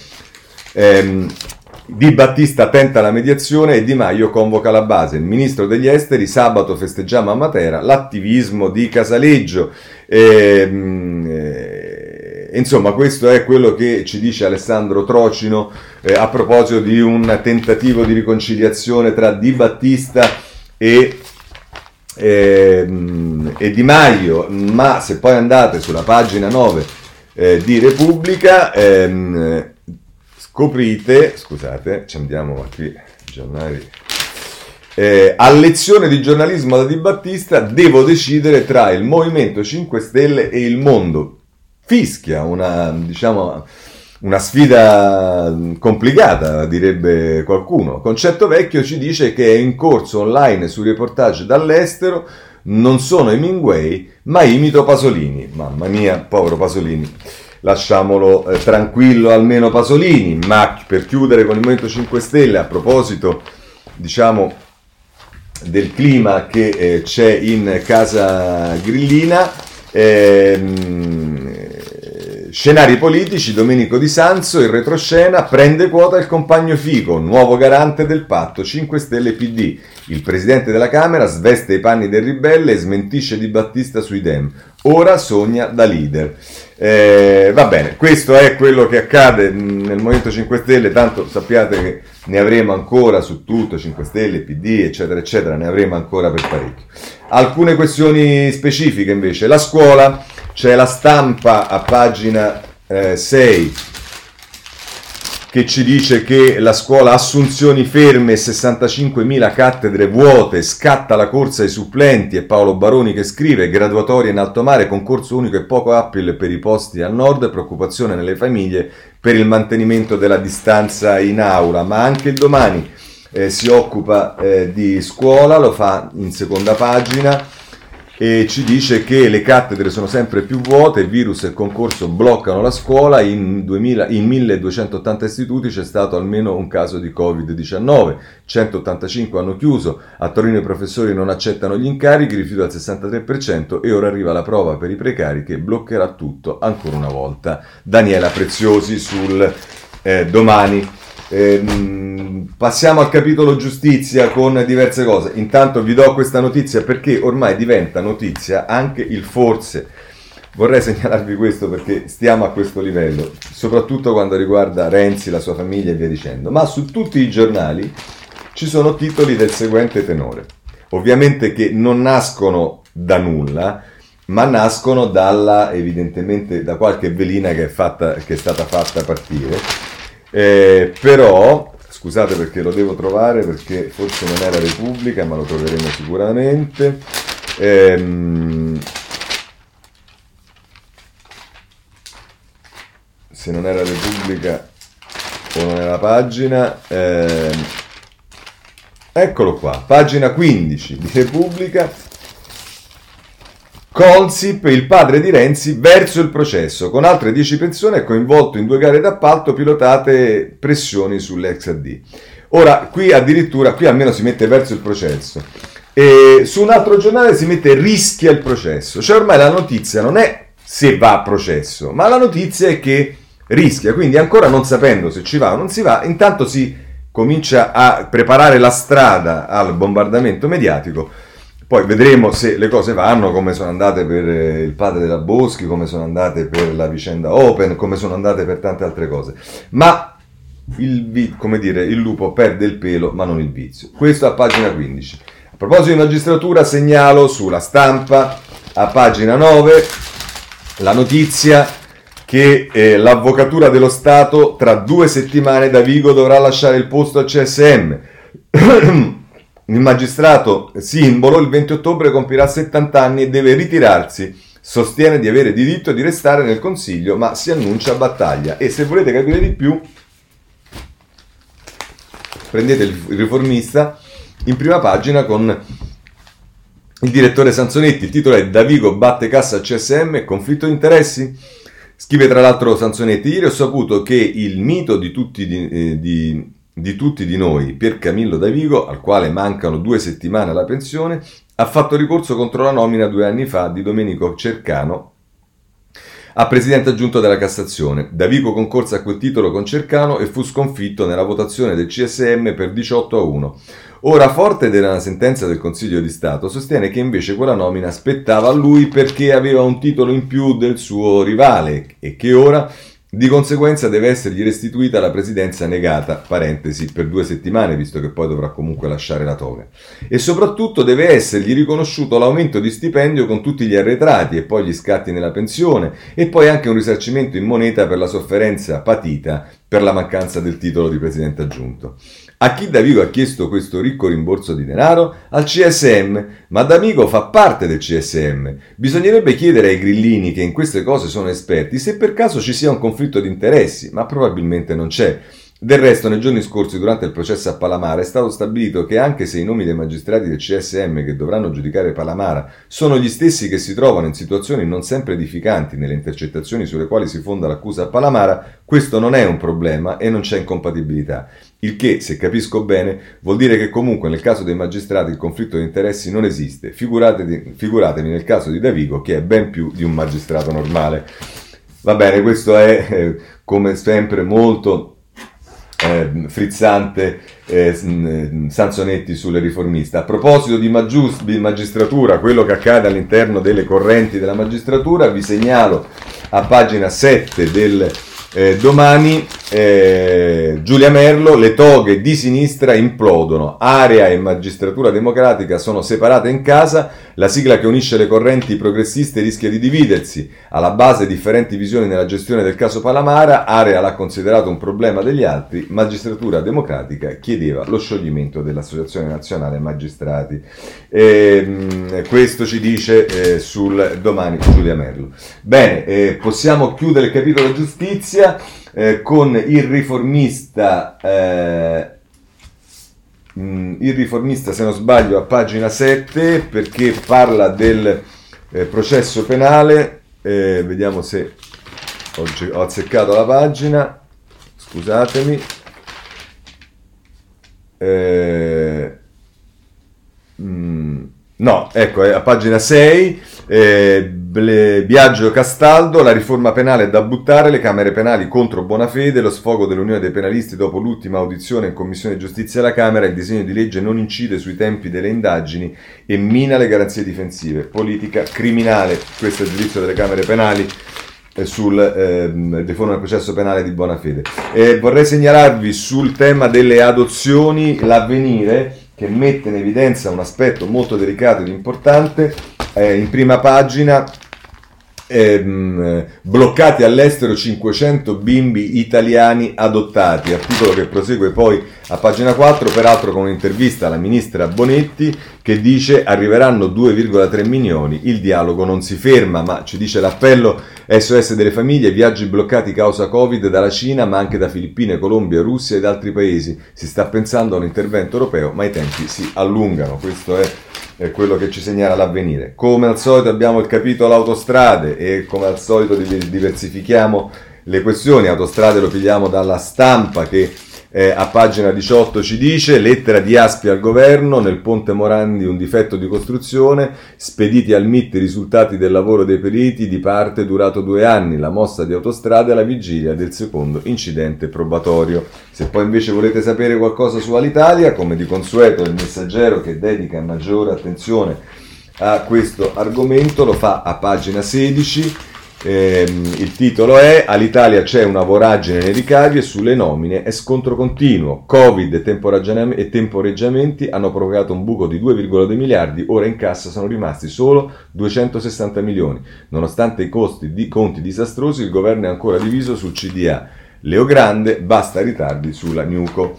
ehm, Di Battista tenta la mediazione e Di Maio convoca la base. Il ministro degli esteri: sabato festeggiamo a Matera l'attivismo di Casaleggio. E, e, insomma, questo è quello che ci dice Alessandro Trocino eh, a proposito di un tentativo di riconciliazione tra Di Battista e, e, e Di Maio. Ma se poi andate sulla pagina nove eh, di Repubblica, ehm, scoprite, scusate, ci andiamo qui, giornali, eh, a lezione di giornalismo da Di Battista: devo decidere tra il Movimento cinque Stelle e il mondo. fischia, una, diciamo, una sfida complicata, direbbe qualcuno. Concetto Vecchio ci dice che è in corso online su reportage dall'estero, non sono Hemingway, ma imito Pasolini. Mamma mia, povero Pasolini. Lasciamolo eh, tranquillo almeno Pasolini. Ma per chiudere con il Movimento cinque Stelle, a proposito, diciamo, del clima che eh, c'è in casa grillina, ehm, scenari politici, Domenico Di Sanzo, in retroscena, prende quota il compagno Fico, nuovo garante del patto cinque Stelle P D. Il presidente della Camera sveste i panni del ribelle e smentisce Di Battista sui Dem. Ora sogna da leader. Eh, va bene, questo è quello che accade nel Movimento cinque Stelle, tanto sappiate che ne avremo ancora su tutto, cinque Stelle, P D, eccetera, eccetera, ne avremo ancora per parecchio. Alcune questioni specifiche invece, la scuola, c'è La Stampa a pagina eh, sei che ci dice che la scuola assunzioni ferme, sessantacinquemila cattedre vuote, scatta la corsa ai supplenti, e Paolo Baroni che scrive: graduatoria in alto mare, concorso unico e poco Apple per i posti al nord, preoccupazione nelle famiglie per il mantenimento della distanza in aula. Ma anche il Domani eh, si occupa eh, di scuola, lo fa in seconda pagina e ci dice che le cattedre sono sempre più vuote, il virus e il concorso bloccano la scuola, in, duemila, in milleduecentottanta istituti c'è stato almeno un caso di covid diciannove, centottantacinque hanno chiuso, a Torino i professori non accettano gli incarichi, rifiuto al sessantatré per cento, e ora arriva la prova per i precari che bloccherà tutto ancora una volta. Daniela Preziosi sul eh, Domani. Eh, passiamo al capitolo giustizia con diverse cose. Intanto vi do questa notizia perché ormai diventa notizia anche il forse. Vorrei segnalarvi questo perché stiamo a questo livello, soprattutto quando riguarda Renzi, la sua famiglia e via dicendo. Ma su tutti i giornali ci sono titoli del seguente tenore, ovviamente che non nascono da nulla, ma nascono dalla, evidentemente, da qualche velina che è, fatta, che è stata fatta partire. Eh, però, scusate perché lo devo trovare, perché forse non era Repubblica, ma lo troveremo sicuramente. Ehm, se non era Repubblica o non era la pagina, ehm, eccolo qua, pagina quindici di Repubblica. Consip, il padre di Renzi, verso il processo. Con altre dieci persone è coinvolto in due gare d'appalto pilotate, pressioni sull'ex A D. Ora, qui addirittura, qui almeno si mette verso il processo. E su un altro giornale si mette rischia il processo. Cioè ormai la notizia non è se va a processo, ma la notizia è che rischia. Quindi ancora non sapendo se ci va o non si va, intanto si comincia a preparare la strada al bombardamento mediatico. Poi vedremo se le cose vanno, come sono andate per il padre della Boschi, come sono andate per la vicenda Open, come sono andate per tante altre cose. Ma, il, come dire, il lupo perde il pelo, ma non il vizio. Questo a pagina quindici. A proposito di magistratura, segnalo sulla Stampa, a pagina nove, la notizia che eh, l'Avvocatura dello Stato tra due settimane da Vigo dovrà lasciare il posto al C S M. Il magistrato simbolo il venti ottobre compirà settanta anni e deve ritirarsi. Sostiene di avere diritto di restare nel Consiglio, ma si annuncia battaglia. E se volete capire di più, prendete il Riformista in prima pagina con il direttore Sansonetti. Il titolo è: Davigo batte cassa al C S M e conflitto di interessi? Scrive tra l'altro Sansonetti: ieri ho saputo che il mito di tutti di... Eh, di di tutti di noi, Pier Camillo Davigo, al quale mancano due settimane alla pensione, ha fatto ricorso contro la nomina due anni fa di Domenico Cercano a presidente aggiunto della Cassazione. Davigo concorse a quel titolo con Cercano e fu sconfitto nella votazione del C S M per diciotto a uno. Ora, forte della sentenza del Consiglio di Stato, sostiene che invece quella nomina spettava a lui perché aveva un titolo in più del suo rivale e che ora di conseguenza deve essergli restituita la presidenza negata, parentesi, per due settimane, visto che poi dovrà comunque lasciare la toga. E soprattutto deve essergli riconosciuto l'aumento di stipendio con tutti gli arretrati e poi gli scatti nella pensione e poi anche un risarcimento in moneta per la sofferenza patita per la mancanza del titolo di presidente aggiunto. A chi Davigo ha chiesto questo ricco rimborso di denaro? Al C S M, ma Davigo fa parte del C S M. Bisognerebbe chiedere ai grillini, che in queste cose sono esperti, se per caso ci sia un conflitto di interessi, ma probabilmente non c'è. Del resto, nei giorni scorsi, durante il processo a Palamara, è stato stabilito che anche se i nomi dei magistrati del C S M che dovranno giudicare Palamara sono gli stessi che si trovano in situazioni non sempre edificanti nelle intercettazioni sulle quali si fonda l'accusa a Palamara, questo non è un problema e non c'è incompatibilità. Il che, se capisco bene, vuol dire che comunque nel caso dei magistrati il conflitto di interessi non esiste. Figuratevi, figuratevi nel caso di Davigo, che è ben più di un magistrato normale. Va bene, questo è, eh, come sempre, molto Eh, frizzante eh, Sansonetti sulle riformiste. A proposito di, maggius, di magistratura, quello che accade all'interno delle correnti della magistratura, vi segnalo a pagina sette del eh, Domani eh, Giulia Merlo: le toghe di sinistra implodono, area e magistratura democratica sono separate in casa, la sigla che unisce le correnti progressiste rischia di dividersi, alla base differenti visioni nella gestione del caso Palamara, area l'ha considerato un problema degli altri, magistratura democratica chiedeva lo scioglimento dell'Associazione Nazionale Magistrati. E, questo ci dice eh, sul Domani Giulia Merlo. Bene, eh, possiamo chiudere il capitolo giustizia eh, con il riformista eh, Il riformista, se non sbaglio, a pagina sette, perché parla del eh, processo penale. Eh, vediamo se ho, ho azzeccato la pagina, scusatemi. Eh, mm, no, ecco, è a pagina sei. Eh, Biagio Castaldo: la riforma penale è da buttare, le camere penali contro Bonafede, lo sfogo dell'Unione dei Penalisti dopo l'ultima audizione in Commissione Giustizia alla Camera, il disegno di legge non incide sui tempi delle indagini e mina le garanzie difensive, politica criminale. Questo è il giudizio delle camere penali eh, sul eh, riforma del processo penale di Bonafede. Eh, vorrei segnalarvi sul tema delle adozioni L'Avvenire, che mette in evidenza un aspetto molto delicato ed importante. Eh, in prima pagina, ehm, bloccati all'estero cinquecento bimbi italiani adottati, articolo che prosegue poi a pagina quattro, peraltro con un'intervista alla ministra Bonetti che dice arriveranno due virgola tre milioni, il dialogo non si ferma, ma ci dice l'appello S O S delle famiglie: viaggi bloccati causa Covid dalla Cina, ma anche da Filippine, Colombia, Russia ed altri paesi, si sta pensando a un intervento europeo, ma i tempi si allungano. Questo è è quello che ci segnala L'Avvenire. Come al solito abbiamo il capitolo autostrade e come al solito diversifichiamo le questioni. Autostrade lo pigliamo dalla Stampa, che eh, a pagina diciotto ci dice: lettera di Aspi al governo, nel ponte Morandi un difetto di costruzione, spediti al M I T i risultati del lavoro dei periti di parte durato due anni, la mossa di Autostrade alla vigilia del secondo incidente probatorio. Se poi invece volete sapere qualcosa su Alitalia, come di consueto il Messaggero, che dedica maggiore attenzione a questo argomento, lo fa a pagina sedici. Eh, il titolo è: All'Italia c'è una voragine nei ricavi e sulle nomine è scontro continuo, Covid e, temporeggiam- e temporeggiamenti hanno provocato un buco di due virgola due miliardi, ora in cassa sono rimasti solo duecentosessanta milioni, nonostante i costi di conti disastrosi il governo è ancora diviso sul C D A, Leo Grande, basta ritardi sulla Nuco.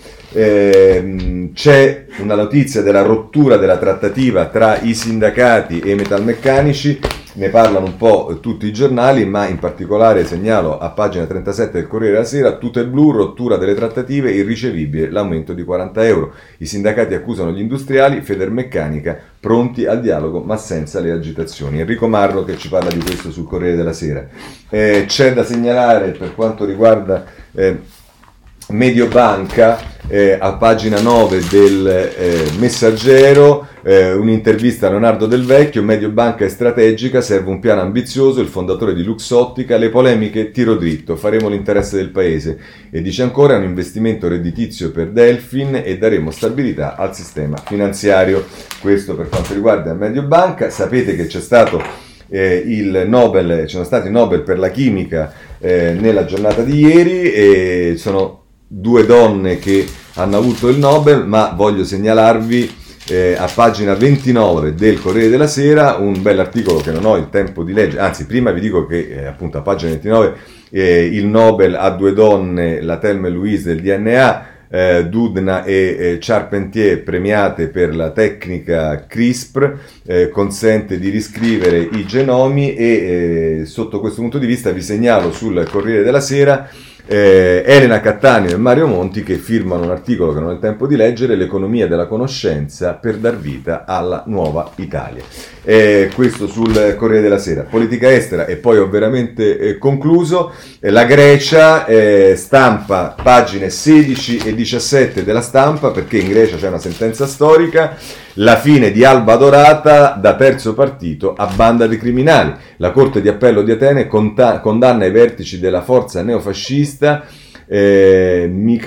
Eh, c'è una notizia della rottura della trattativa tra i sindacati e i metalmeccanici, ne parlano un po' tutti i giornali, ma in particolare segnalo a pagina trentasette del Corriere della Sera: tutte blu, rottura delle trattative, irricevibile l'aumento di quaranta euro. I sindacati accusano gli industriali, Federmeccanica pronti al dialogo ma senza le agitazioni. Enrico Marro che ci parla di questo sul Corriere della Sera. Eh, c'è da segnalare per quanto riguarda eh, Mediobanca, eh, a pagina nove del eh, Messaggero, eh, un'intervista a Leonardo Del Vecchio: Mediobanca è strategica, serve un piano ambizioso, il fondatore di Luxottica, le polemiche tiro dritto, faremo l'interesse del paese, e dice ancora: è un investimento redditizio per Delfin e daremo stabilità al sistema finanziario. Questo per quanto riguarda Mediobanca. Sapete che c'è stato eh, il Nobel, ci sono stati Nobel per la chimica eh, nella giornata di ieri, e sono due donne che hanno avuto il Nobel, ma voglio segnalarvi eh, a pagina ventinove del Corriere della Sera, un bell'articolo che non ho il tempo di leggere, anzi prima vi dico che eh, appunto a pagina ventinove eh, il Nobel a due donne, la Thelma e Louise del D N A, Eh, Doudna e eh, Charpentier premiate per la tecnica CRISPR, eh, consente di riscrivere i genomi e eh, sotto questo punto di vista vi segnalo sul Corriere della Sera eh, Elena Cattaneo e Mario Monti che firmano un articolo che non ho il tempo di leggere, l'economia della conoscenza per dar vita alla nuova Italia. Eh, questo sul Corriere della Sera. Politica estera e poi ho veramente eh, concluso. Eh, la Grecia, eh, Stampa, pagine sedici e diciassette della Stampa, perché in Grecia c'è una sentenza storica, la fine di Alba Dorata da terzo partito a banda di criminali. La Corte di Appello di Atene conta- condanna i vertici della forza neofascista Eh,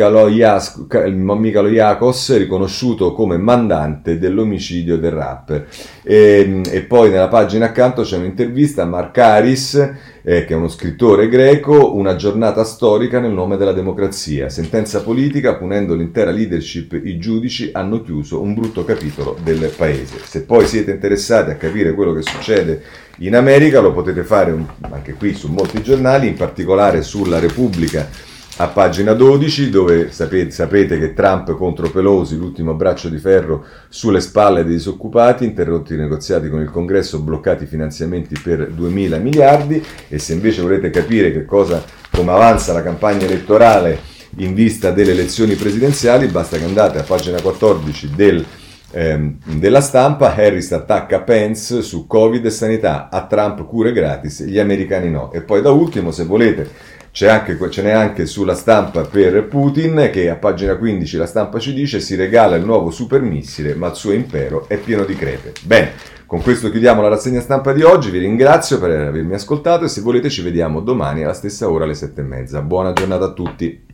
Michaloiakos, riconosciuto come mandante dell'omicidio del rapper. E, e poi nella pagina accanto c'è un'intervista a Markaris, eh, che è uno scrittore greco, una giornata storica nel nome della democrazia. Sentenza politica, punendo l'intera leadership, i giudici hanno chiuso un brutto capitolo del paese. Se poi siete interessati a capire quello che succede in America, lo potete fare un, anche qui su molti giornali, in particolare sulla Repubblica, a pagina dodici, dove sapete, sapete che Trump contro Pelosi, l'ultimo braccio di ferro sulle spalle dei disoccupati, interrotti i negoziati con il Congresso, bloccati i finanziamenti per duemila miliardi, e se invece volete capire che cosa, come avanza la campagna elettorale in vista delle elezioni presidenziali, basta che andate a pagina quattordici del ehm, della Stampa. Harris attacca Pence su Covid e sanità, a Trump cure gratis, gli americani no. E poi da ultimo, se volete, C'è anche, ce n'è anche sulla Stampa per Putin, che a pagina quindici la Stampa ci dice si regala il nuovo supermissile ma il suo impero è pieno di crepe. Bene, con questo chiudiamo la rassegna stampa di oggi, vi ringrazio per avermi ascoltato e se volete ci vediamo domani alla stessa ora alle sette e mezza. Buona giornata a tutti.